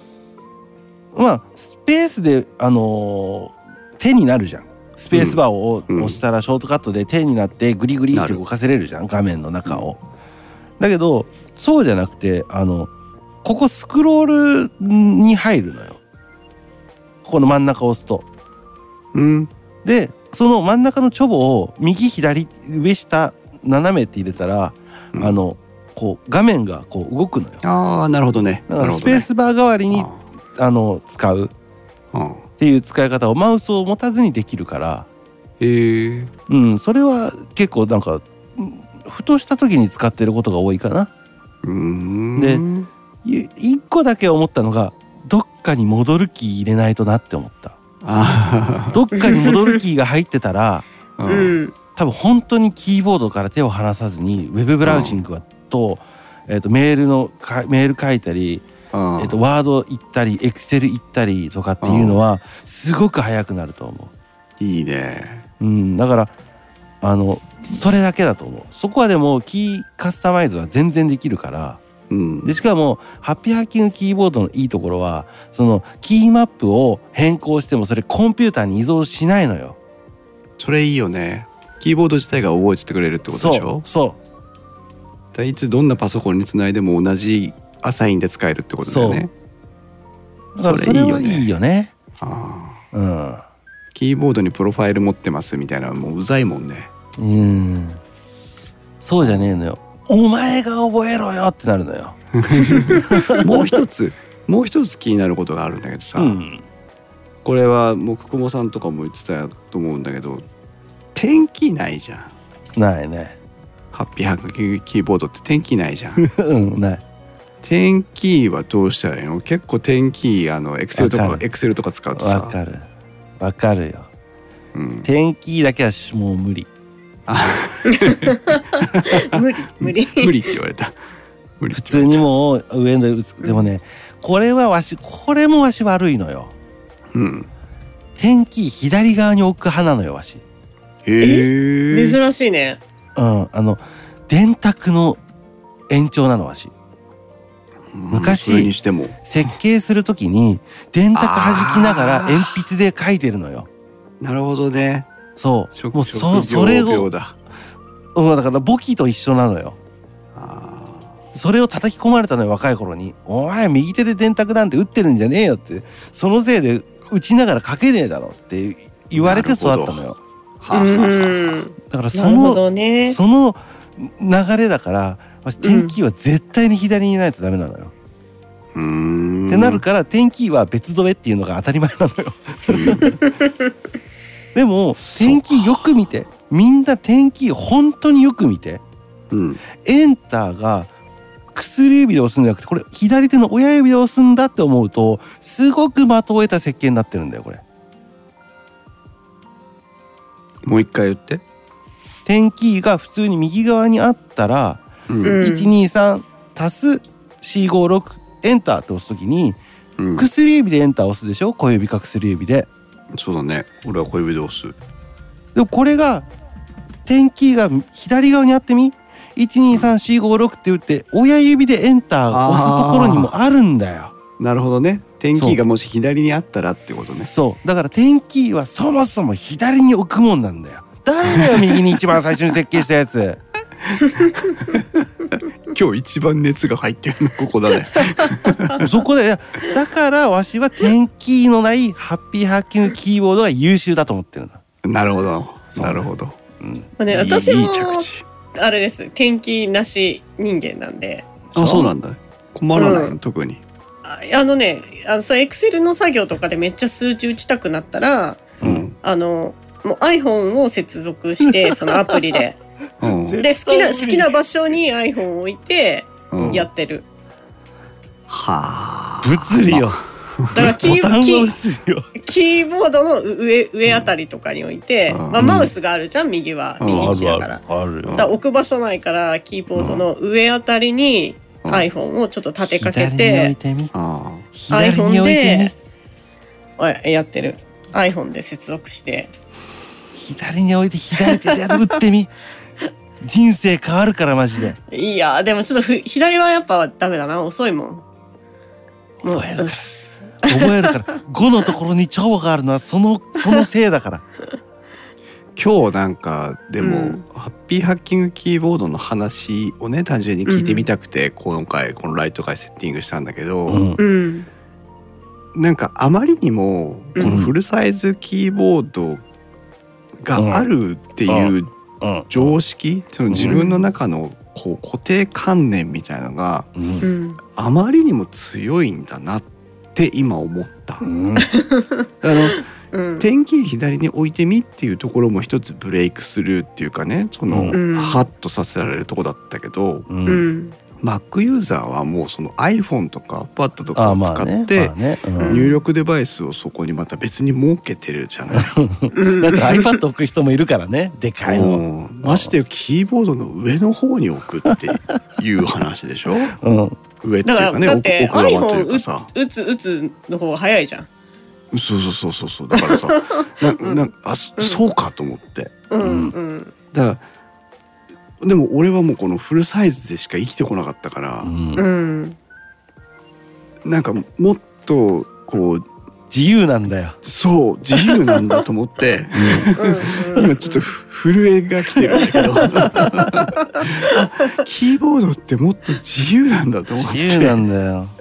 スペースで手になるじゃん。スペースバーを押したらショートカットで手になってグリグリって動かせれるじゃん、画面の中を。だけどそうじゃなくてここスクロールに入るのよ。この真ん中を押すと。でその真ん中のチョボを右左上下斜めって入れたら、こう画面がこう動くのよ。なるほどね。だからスペースバー代わりに使うっていう使い方をマウスを持たずにできるから、それは結構なんかふとした時に使ってることが多いかな。で一個だけ思ったのがどっかに戻るキー入れないとなって思った。どっかに戻るキーが入ってたら多分本当にキーボードから手を離さずにウェブブラウジングと、メール書いたり、ワード行ったりエクセル行ったりとかっていうのはすごく早くなると思う。いいね。だからそれだけだと思う。そこはでもキーカスタマイズは全然できるから。でしかもハッピーハッキングキーボードのいいところはそのキーマップを変更してもそれコンピューターに依存しないのよ。それいいよね。キーボード自体が覚えててくれるってことでしょ。そういつどんなパソコンにつないでも同じアサインで使えるってことだよね。だからそれはいいよね。キーボードにプロファイル持ってますみたいなのもうざいもんね。そうじゃねえのよ。 お前が覚えろよってなるのよ。 もう一つ気になることがあるんだけどさ、これはもうくくもさんとかも言ってたと思うんだけど、点キーないじゃん。 ないね。 ハッピーハックキーボードって点キーないじゃん。 ない。 点キーはどうしたらいいの？結構点キーエクセルとか使うとさ。 わかるよ。点キーだけはもう無理。 無理って言われた。 普通にもう上で打つ。でもね、これもわし悪いのよ。点キー左側に置く派なのよ、わし。 珍しいね。 電卓の延長なの、わし。昔設計するときに電卓弾きながら鉛筆で書いてるのよ。 なるほどね。 そう。もうそれをだから簿記と一緒なのよ。それを叩き込まれたのよ、若い頃に。お前右手で電卓なんて打ってるんじゃねえよって、そのせいで打ちながら書けねえだろって言われて育ったのよ。だからその流れだから、点キーは絶対に左にいないとダメなのよ。ってなるから点キーは別添えっていうのが当たり前なのよ。でも点キーよく見て、みんな点キー本当によく見て、エンターが薬指で押すんじゃなくて、これ左手の親指で押すんだって思うと、すごく的を得た設計になってるんだよ、これ。 もう一回言って。 点キーが普通に右側にあったら、123足す 456 エンターって押すときに、薬指でエンターを押すでしょ、小指か薬指で。 そうだね、俺は小指で押す。 でもこれが点キーが左側にあってみ、12345って打って親指でエンターを押すところにもあるんだよ。 なるほどね。点キーがもし左にあったらってことね。 そうだから点キーはそもそも左に置くもんなんだよ。誰だよ右に一番最初に設計したやつ。 今日一番熱が入ってるのここだね。 そこでだからわしは点キーのないハッピーハッキングキーボードが優秀だと思ってるんだ。 なるほどなるほど。 私もいい着地。 あれです、点キーなし人間なんで。 そうなんだ。困らないの、特に。 それエクセルの作業とかでめっちゃ数値打ちたくなったら、もう iPhone を接続してそのアプリで、で好きな場所に iPhone を置いてやってる。 はあ。 物理よ。 だからキーボードの上あたりとかに置いて、マウスがあるじゃん、右利きだから。だから置く場所ないからキーボードの上あたりに iPhone をちょっと立てかけて、iPhone でやってる。iPhone で接続して左に置いて左手で打ってみ。人生変わるからマジで。 いやでもちょっと左はやっぱダメだな、遅いもん。 覚えるから5のところに超があるのはそのせいだから。 今日なんかでも、ハッピーハッキングキーボードの話をね単純に聞いてみたくて、今回このライト会セッティングしたんだけど、なんかあまりにもこのフルサイズキーボードがあるっていう常識、その自分の中のこう固定観念みたいなのがあまりにも強いんだなって今思った。点キー左に置いてみっていうところも一つブレイクスルーっていうかね、そのハッとさせられるとこだったけど、Mac ユーザーはもうその iPhone とか iPad とかを使って入力デバイスをそこにまた別に設けてるじゃない。だって iPad 置く人もいるからね、でかいの。 ましてキーボードの上の方に置くっていう話でしょ。上っていうかね、奥側というかさ、 打つの方が早いじゃん。 そうだからさそうかと思って。だからでも俺はもうこのフルサイズでしか生きてこなかったから、なんかもっとこう自由なんだよ。 そう自由なんだと思って今ちょっと震えが来てるんだけどキーボードってもっと自由なんだと思って。 自由なんだよ。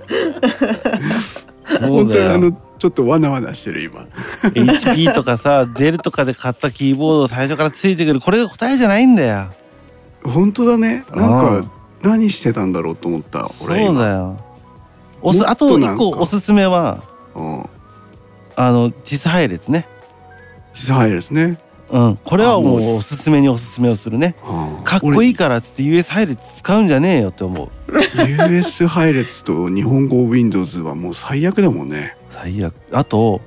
本当にちょっとわなわなしてる今。 HP とかさデルとかで買ったキーボード最初からついてくるこれが答えじゃないんだよ。 本当だね。なんか何してたんだろうと思った。俺そうだよ。あと1個おすすめは、実配列ね。 実配列ね。 これはもうおすすめにおすすめをするね。かっこいいからっつって US 配列使うんじゃねえよって思う。 US 配列と日本語 Windows はもう最悪だもんね。 最悪。あと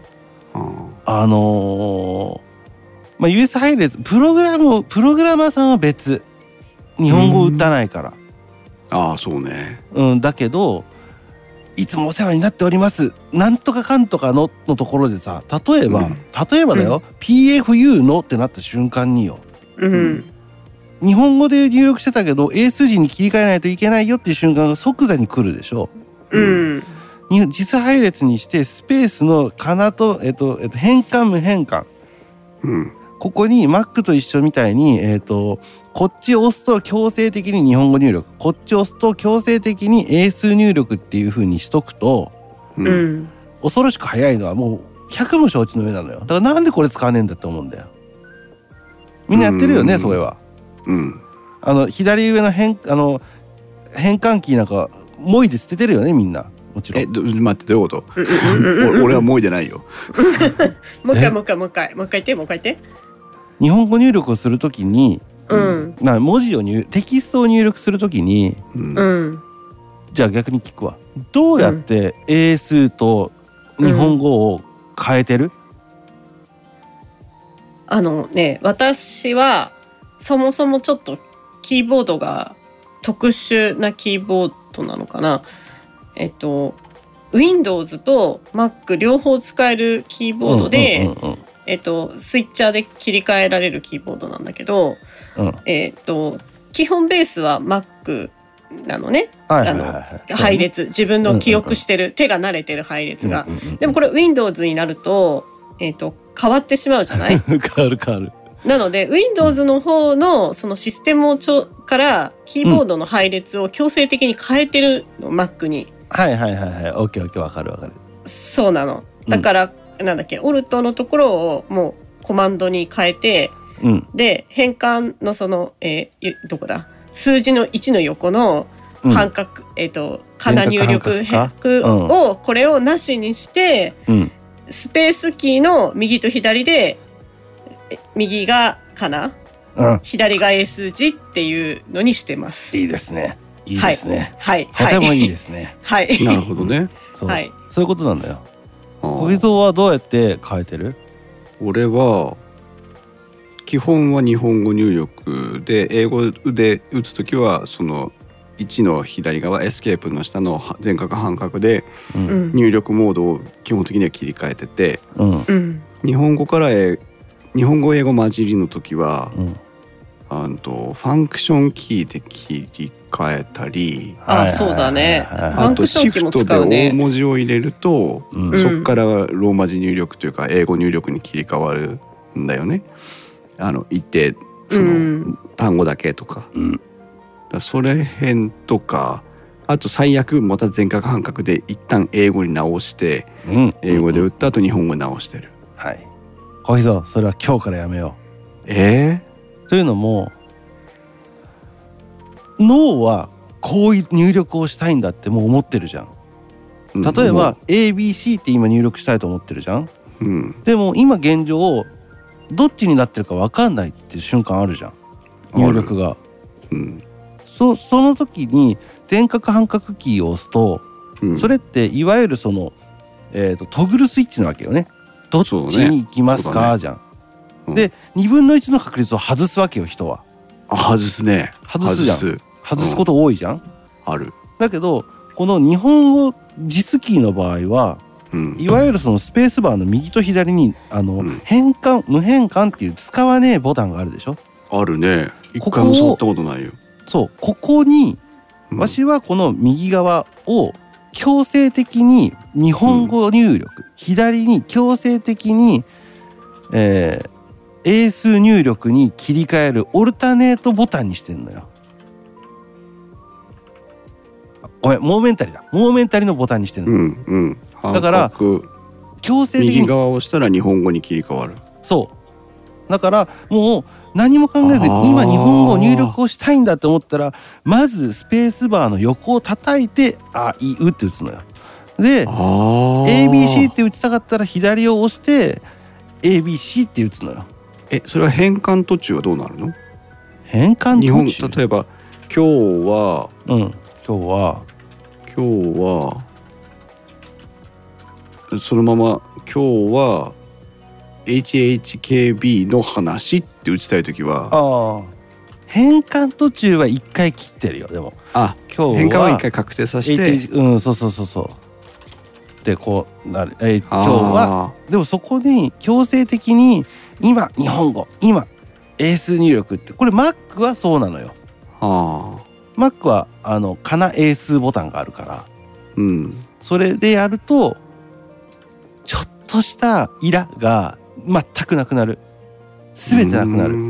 US 配列プログラマーさんは別。日本語打たないから。 ああそうね。 だけどいつもお世話になっておりますなんとかかんとかのところでさ、例えばだよ、PFU のってなった瞬間によ、日本語で入力してたけど英数字に切り替えないといけないよっていう瞬間が即座に来るでしょ。実配列にしてスペースのかなと、変換無変換、ここに Mac と一緒みたいに、こっち押すと強制的に日本語入力、こっち押すと強制的に英数入力っていう風にしとくと、恐ろしく早いのはもう100も承知の上なのよ。だからなんでこれ使わねえんだって思うんだよ。みんなやってるよね、それは。左上の変換キーなんかもいで捨ててるよね、みんな。もちろん。 待って、どういうこと？俺はもいでないよ。 もう一回言って。 日本語入力をするときに、文字をテキストを入力するときに、じゃあ逆に聞くわ。どうやって英数と日本語を変えてる？ 私はそもそもちょっとキーボードが特殊なキーボードなのかな。Windows と Mac 両方使えるキーボードで、スイッチャーで切り替えられるキーボードなんだけど、基本ベースは Mac なのね。配列、自分の記憶してる、手が慣れてる配列が。でもこれ Windows になると、変わってしまうじゃない？ 変わる。 なので Windows の方のそのシステムからキーボードの配列を強制的に変えてるの、Mac に。 オッケーわかる。 そうなの。だから、なんだっけ、オルトのところをもうコマンドに変えて、で変換のその、どこだ、数字の1の横の半角、かな入力をこれをなしにして、スペースキーの右と左で右がかな、左が英数字っていうのにしてます。 いいですね。はい、とてもいいですね。 なるほどね。 そういうことなんだよ。小木蔵はどうやって変えてる？ 俺は基本は日本語入力で、英語で打つときはその1の左側エスケープの下の全角半角で入力モードを基本的には切り替えてて、日本語から日本語英語混じりの時は、ファンクションキーで切り替えたり、 そうだね。 あとシフトで大文字を入れると、そこからローマ字入力というか英語入力に切り替わるんだよね。一定その単語だけとか、それ辺とか、あと最悪また全角半角で一旦英語に直して、英語で打った後日本語に直してる。 小木蔵、それは今日からやめよう。というのも、脳はこういう入力をしたいんだってもう思ってるじゃん。例えば ABC って今入力したいと思ってるじゃん。でも今現状どっちになってるか分かんないっていう瞬間あるじゃん、入力が。その時に全角半角キーを押すと、それっていわゆるその、トグルスイッチなわけよね。どっちに行きますか、じゃん。で2分の1の確率を外すわけよ、人は。 外すね。 外すじゃん。外すこと多いじゃん。 ある。 だけどこの日本語実キーの場合は、いわゆるそのスペースバーの右と左に変換無変換っていう使わねえボタンがあるでしょ。 あるね。一回も触ったことないよ。 そう、ここに、わしはこの右側を強制的に日本語入力、左に強制的に、英数入力に切り替えるオルタネートボタンにしてんのよ。ごめん、モーメンタリのボタンにしてんの。だから強制的に右側を押したら日本語に切り替わる。 そうだからもう何も考えずに今日本語を入力をしたいんだって思ったらまずスペースバーの横を叩いてあいうって打つのよ。で ABC って打ちたかったら左を押して ABC って打つのよ。 それは変換途中はどうなるの？ 変換途中、 例えば今日はそのまま今日は HHKB の話って打ちたいときは変換途中は1回切ってるよ。でも今日は変換は1回確定させてそうでこうなる、今日はでもそこに強制的に今日本語今英数入力ってこれ Mac はそうなのよ。Mac はかな英数ボタンがあるから、それでやるとちょっとしたイラが全くなくなる。全てなくなる。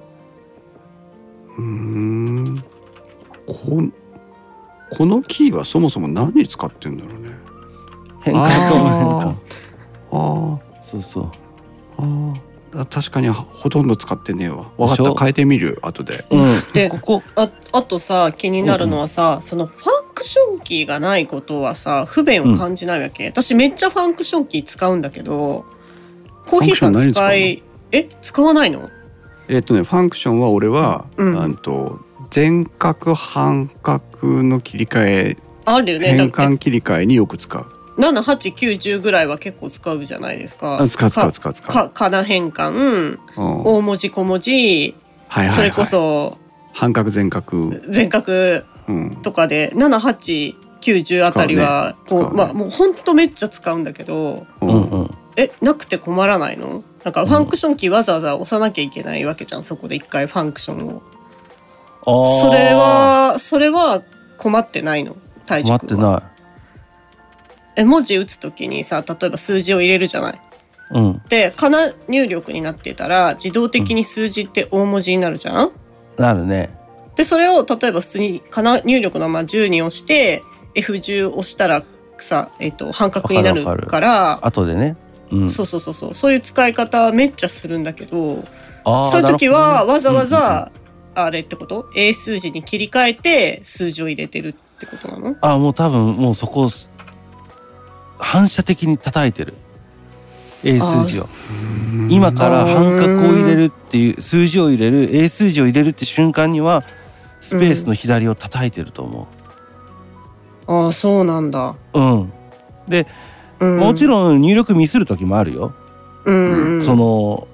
このキーはそもそも何に使ってんだろうね。 変換と変換。そうそう。 確かにほとんど使ってねえわ。分かった、変えてみる後で。 であとさ気になるのはさ、そのファンクションキーがないことはさ不便を感じないわけ？私めっちゃファンクションキー使うんだけど、コーヒーさん使わないの？ ファンクションは俺は、全角半角の切り替えあるよね。 変換切り替えによく使う。 7、8、9、10ぐらいは結構使うじゃないですか。 使う。 かな変換、大文字小文字、それこそ半角全角とかで、7、8、9、10あたりはもうほんとめっちゃ使うんだけど、なくて困らないの？なんかファンクションキーわざわざ押さなきゃいけないわけじゃん。そこで一回ファンクションを。それは困ってないの？体重は困ってない。文字打つときにさ、例えば数字を入れるじゃない。で、かな入力になってたら自動的に数字って大文字になるじゃん。 なるね。 でそれを例えば普通にかな入力のまま10に押して F10 押したらさ、半角になるから後でね、 そういう使い方めっちゃするんだけど、そういう時はわざわざあれってこと？英数字に切り替えて数字を入れてるってことなの？ もう多分もうそこ反射的に叩いてる英数字を。今から半角を入れるっていう数字を入れる英数字を入れるって瞬間にはスペースの左を叩いてると思う。そうなんだ。 で、もちろん入力ミスる時もあるよ。その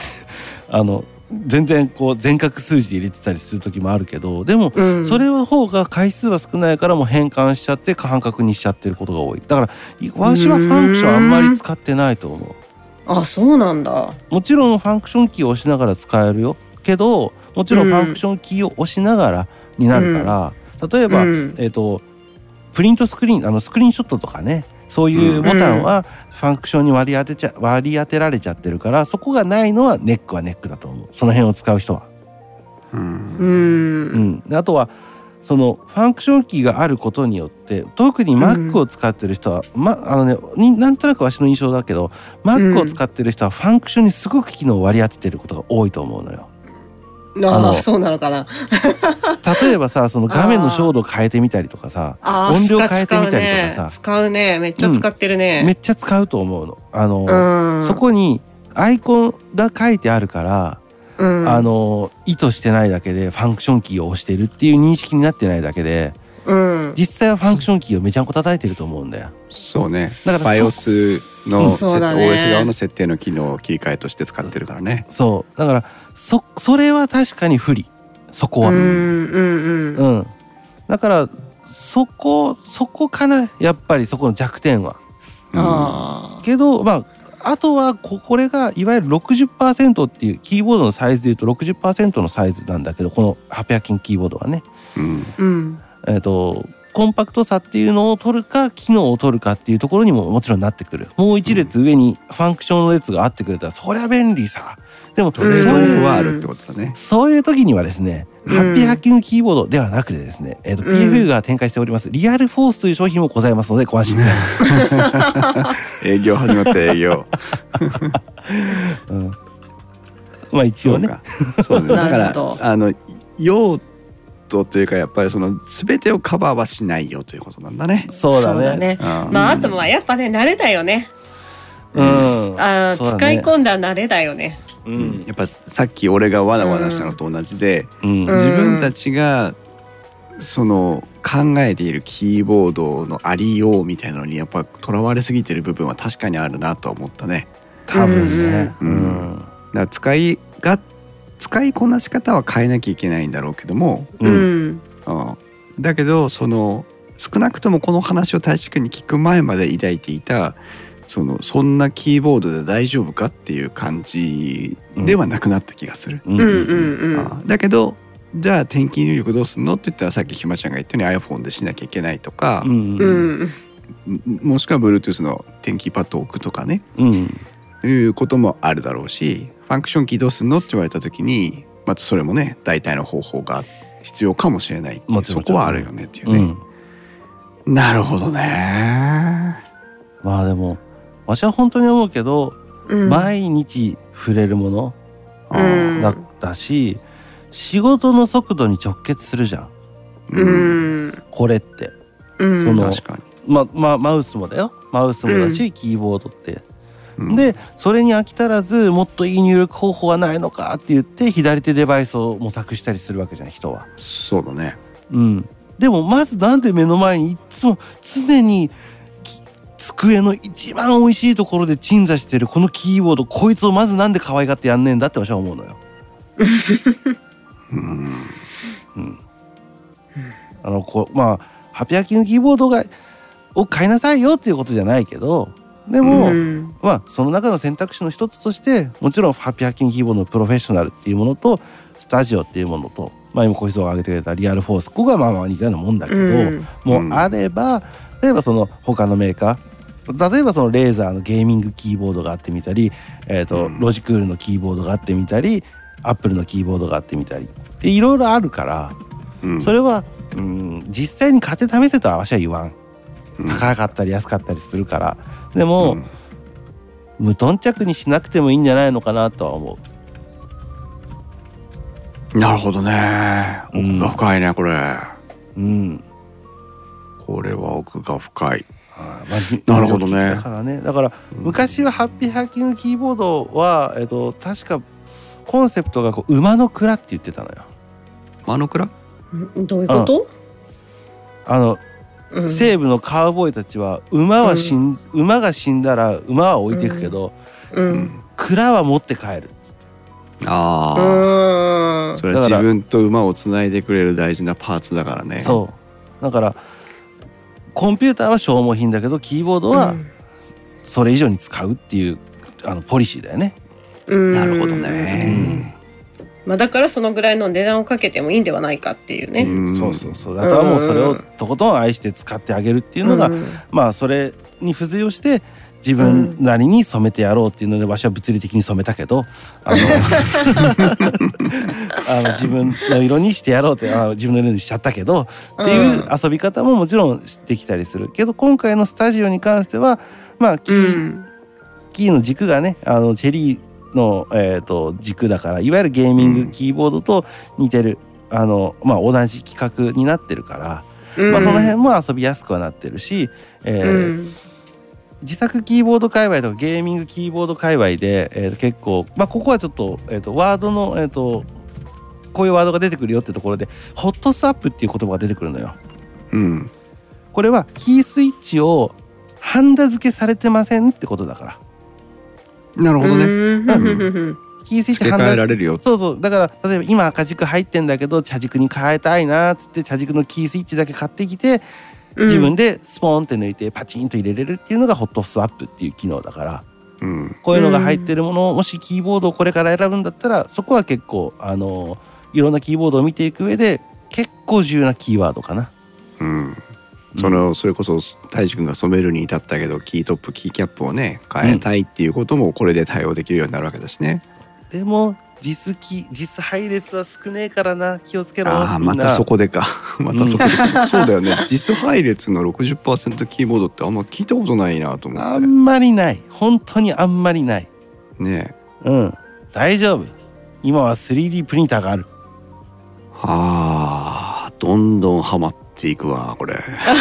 全然こう全角数字で入れてたりする時もあるけど、でもそれの方が回数は少ないからもう変換しちゃって半角にしちゃってることが多い。だから私はファンクションあんまり使ってないと思う。 そうなんだ。 もちろんファンクションキーを押しながら使えるよけど、もちろんファンクションキーを押しながらになるから、例えば、プリントスクリーンスクリーンショットとかね、そういうボタンはファンクションに割り当てられちゃってるから、そこがないのはネックはネックだと思う。その辺を使う人は。あとはそのファンクションキーがあることによって、特に Mac を使ってる人は、なんとなくわしの印象だけど Mac を使ってる人はファンクションにすごく機能を割り当ててることが多いと思うのよ。 そうなのかな。 例えばさ、その画面の照度を変えてみたりとかさ、音量変えてみたりとかさ、 使うね。めっちゃ使ってるね。 めっちゃ使うと思うの。そこにアイコンが書いてあるから、意図してないだけでファンクションキーを押してるっていう認識になってないだけで、実際はファンクションキーをめちゃんこ叩いてると思うんだよ。 そうね。だから BIOS のOS 側の設定の機能を切り替えとして使ってるからね。 そうだからそれは確かに不利。そこはだからそこかな、やっぱりそこの弱点は。けどあとはこれがいわゆる 60% っていうキーボードのサイズでいうと 60% のサイズなんだけど、この800均キーボードはね、コンパクトさっていうのを取るか機能を取るかっていうところにももちろんなってくる。もう一列上にファンクションの列があってくれたらそりゃ便利さ。でもそういうのはあるってことだね。 そういう時にはですね、800均キーボードではなくてですね、PFU が展開しておりますリアルフォースという商品もございますのでご安心ください。 営業始まって営業。 まあ一応ね。 そうね。だから用途というかやっぱりその全てをカバーはしないよということなんだね。 そうだね。 まああとはやっぱね慣れだよね。使い込んだ慣れだよね。 やっぱさっき俺がわなわなしたのと同じで、自分たちがその考えているキーボードのありようみたいなのにやっぱとらわれすぎてる部分は確かにあるなと思ったね。 多分ね。 だから使いこなし方は変えなきゃいけないんだろうけども、だけどその少なくともこの話を大志くんに聞く前まで抱いていたそんなキーボードで大丈夫かっていう感じではなくなった気がする。だけどじゃあ点キー入力どうすんのって言ったらさっきひまちゃんが言ったように iPhone でしなきゃいけないとか、もしくは Bluetooth の点キーパッドを置くとかね、いうこともあるだろうし、ファンクションキーどうすんのって言われた時にまたそれもね大体の方法が必要かもしれないっていう、そこはあるよねっていうね。なるほどね。 まあでも私は本当に思うけど、毎日触れるものだし、仕事の速度に直結するじゃん。これって、 確かにマウスもだよ。マウスもだし、キーボードって。でそれに飽き足らずもっといい入力方法はないのかって言って左手デバイスを模索したりするわけじゃん人は。 そうだね。 でもまずなんで目の前にいつも常に机の一番美味しいところで鎮座してるこのキーボード、こいつをまずなんで可愛がってやんねえんだって私は思うのよ。ハピハキのキーボードを買いなさいよっていうことじゃないけど、でも、その中の選択肢の一つとしてもちろんハピハキのキーボードのプロフェッショナルっていうものとスタジオっていうものと、今小磯が挙げてくれたリアルフォース、ここが似たようなもんだけど、もうあれば、例えばその他のメーカー、例えばそのレーザーのゲーミングキーボードがあってみたり、ロジクールのキーボードがあってみたり、アップルのキーボードがあってみたりでいろいろあるから、それは、実際に買って試せとは私は言わん。高かったり安かったりするから。でも、無頓着にしなくてもいいんじゃないのかなとは思う。なるほどね。奥が深いねこれ。これは奥が深い。なるほどね。 だから昔はハッピーハッキングキーボードは、確かコンセプトが馬の蔵って言ってたのよ。 馬の蔵？ どういうこと？ 西部のカウボーイたちは馬が死んだら馬は置いていくけど、蔵は持って帰る。 それは自分と馬をつないでくれる大事なパーツだからね。 そうだからコンピューターは消耗品だけどキーボードはそれ以上に使うっていうポリシーだよね。 なるほどね。 だからそのぐらいの値段をかけてもいいんではないかっていうね。 そうあとはもうそれをとことん愛して使ってあげるっていうのが、それに付随をして自分なりに染めてやろうっていうので、わしは物理的に染めたけど自分の色にしてやろうって自分の色にしちゃったけどっていう遊び方ももちろんできたりするけど、今回のスタジオに関してはキーの軸がねチェリーの、軸だから、いわゆるゲーミングキーボードと似てる同じ規格になってるから、その辺も遊びやすくはなってるし、自作キーボード界隈とかゲーミングキーボード界隈で、結構、ここはちょっと、ワードの、こういうワードが出てくるよってところでホットスワップっていう言葉が出てくるのよ。これはキースイッチをハンダ付けされてませんってことだから。 なるほどね。 キースイッチハンダ付けられるよ。 そうだから例えば今赤軸入ってんだけど茶軸に変えたいなっつって茶軸のキースイッチだけ買ってきて自分でスポーンって抜いてパチンと入れれるっていうのがホットスワップっていう機能だから、こういうのが入ってるものをもしキーボードをこれから選ぶんだったらそこは結構いろんなキーボードを見ていく上で結構重要なキーワードかな。 それこそ大志くんが染めるに至ったけどキートップキーキャップをね変えたいっていうこともこれで対応できるようになるわけだしね。 でも実配列は少ねえからな、気をつけろ。 またそこでかそうだよね。実配列の 60% キーボードってあんま聞いたことないなと思って。 あんまりない、本当にあんまりないね大丈夫。 今は 3D プリンターがある。 はあ、どんどんハマっていくわこれ。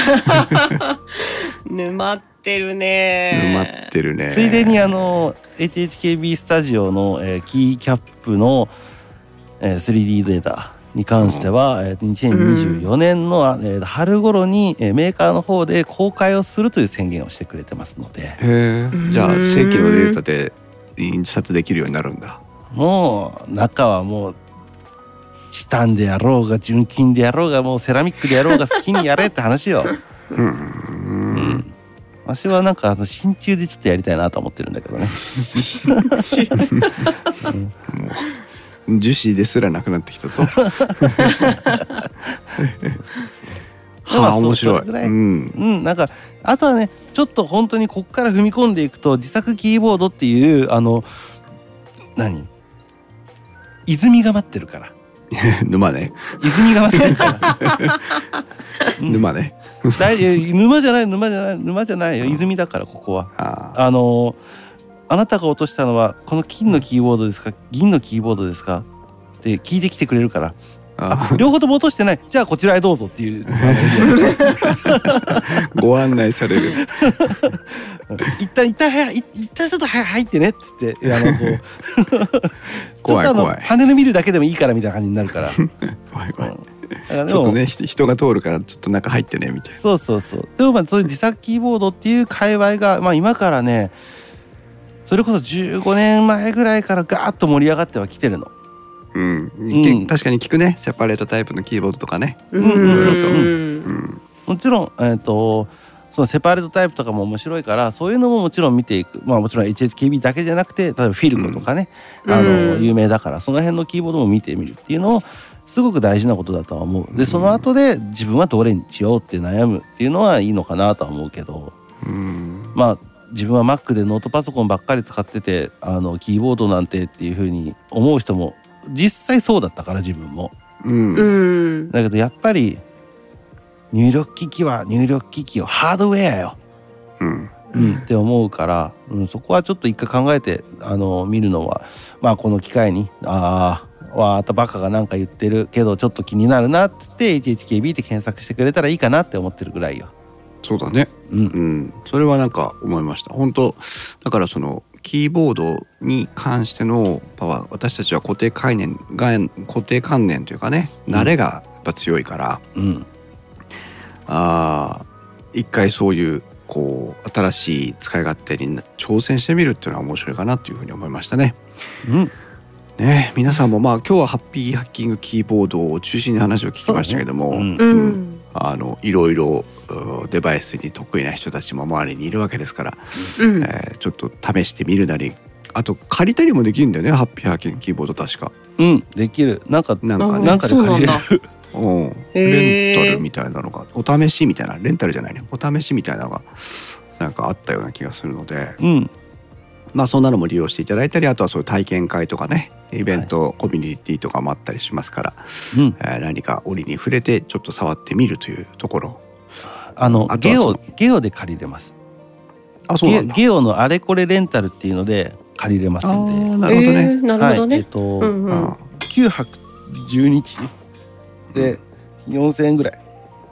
沼ってるね。 沼ってるね。 ついでにHHKB スタジオの、キーキャップの、3D データに関しては、2024年の、春頃に、メーカーの方で公開をするという宣言をしてくれてますので。 へえ。じゃあ正規のデータで印刷できるようになるんだ。 もう中はもうチタンであろうが純金であろうがもうセラミックであろうが好きにやれって話よ。私はなんか真鍮でちょっとやりたいなと思ってるんだけどね。 樹脂ですらなくなってきたぞ。はあ、面白い。 なんかあとはね、ちょっと本当にここから踏み込んでいくと、自作キーボードっていう泉が待ってるから。 沼ね。 泉が待ってるから。 沼ね。 沼じゃないよ。泉だからここは。あなたが落としたのはこの金のキーボードですか、銀のキーボードですかって聞いてきてくれるから。両方とも落としてない。じゃあこちらへどうぞっていうご案内される。 一旦ちょっと入ってねっつって怖い怖い。 羽の見るだけでもいいからみたいな感じになるから。 怖い怖い。ちょっとね、人が通るからちょっと中入ってねみたいな。 そうそうそう。でもそういう自作キーボードっていう界隈が今からね、それこそ15年前ぐらいからガーッと盛り上がってはきてるの。 確かに聞くね。セパレートタイプのキーボードとかね。 もちろんそのセパレートタイプとかも面白いから、そういうのももちろん見ていく。もちろん HHKB だけじゃなくて、例えばフィルコとかね、有名だからその辺のキーボードも見てみるっていうのをすごく大事なことだとは思う。でその後で自分はどれにしようって悩むっていうのはいいのかなとは思うけど、自分は Mac でノートパソコンばっかり使っててキーボードなんてっていう風に思う人も実際そうだったから、自分も。だけどやっぱり入力機器は入力機器よ、ハードウェアよ、って思うから、そこはちょっと一回考えて見るのは、この機会にあたバカがなんか言ってるけどちょっと気になるなっつって HHKB って検索してくれたらいいかなって思ってるぐらいよ。 そうだね。それはなんか思いました。本当だからそのキーボードに関してのパワー、私たちは固定観念というかね、慣れがやっぱ強いから、一回そういう新しい使い勝手に挑戦してみるっていうのは面白いかなというふうに思いましたね。ね、皆さんも今日はハッピーハッキングキーボードを中心に話を聞きましたけども、いろいろデバイスに得意な人たちも周りにいるわけですから、ちょっと試してみるなり、あと借りたりもできるんだよね、ハッピーハッキングキーボード確か。 できる。なんかで借りれる。 レンタルみたいなのが、お試しみたいな、レンタルじゃないね、お試しみたいなのがなんかあったような気がするので、そんなのも利用していただいたり、あとはそういう体験会とかね、イベント、コミュニティとかもあったりしますから、何か折に触れてちょっと触ってみるというところ。 ゲオで借りれます。 そうなんだ。 ゲオのあれこれレンタルっていうので借りれますんで。 なるほどね。なるほどね。 9泊10日で4000円ぐらい。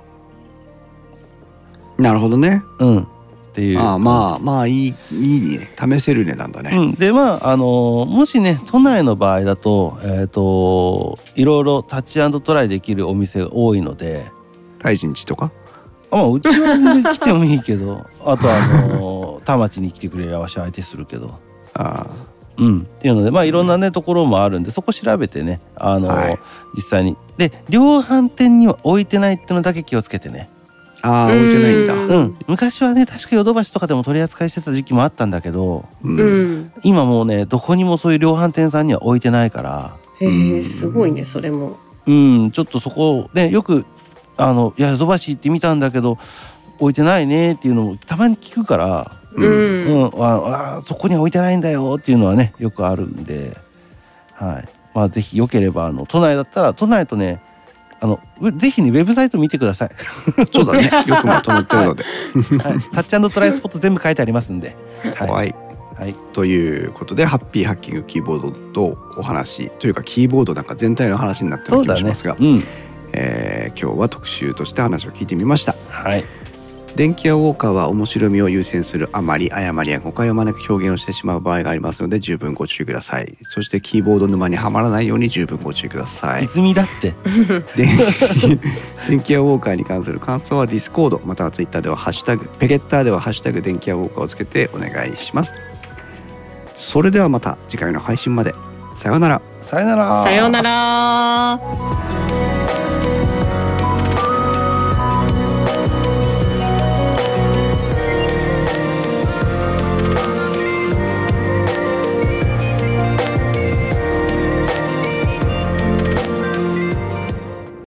なるほどね。 っていう。 いいね、試せる値段だね。 でもしね都内の場合だといろいろタッチ&トライできるお店が多いので。 大臣地とか。 うちは全然来てもいいけど、あと田町に来てくれればわし相手するけど。っていうのでいろんなねところもあるんで、そこ調べてね実際にで量販店には置いてないってのだけ気をつけてね。 置いてないんだ。 昔はね確かヨドバシとかでも取り扱いしてた時期もあったんだけど、今もうねどこにもそういう量販店さんには置いてないから。 すごいねそれも。 ちょっとそこねよくヨドバシ行ってみたんだけど置いてないねっていうのもたまに聞くから、そこには置いてないんだよっていうのはねよくあるんで、ぜひよければ都内だったら都内とねぜひねウェブサイト見てください。 そうだね、よくまとまってるので、 タッチ&トライスポット全部書いてありますんで。 はい、 ということでハッピーハッキングキーボードとお話というかキーボードなんか全体の話になってる気がしますが、今日は特集として話を聞いてみました。 はい。 電気屋ウォーカーは面白みを優先するあまり誤りや誤解を招く表現をしてしまう場合がありますので十分ご注意ください。そしてキーボード沼にはまらないように十分ご注意ください。 泉だって電気屋ウォーカーに関する感想はディスコードまたはツイッターではハッシュタグペゲッターではハッシュタグ電気屋ウォーカーをつけてお願いします。それではまた次回の配信まで。さようなら。 さようなら。 さようなら。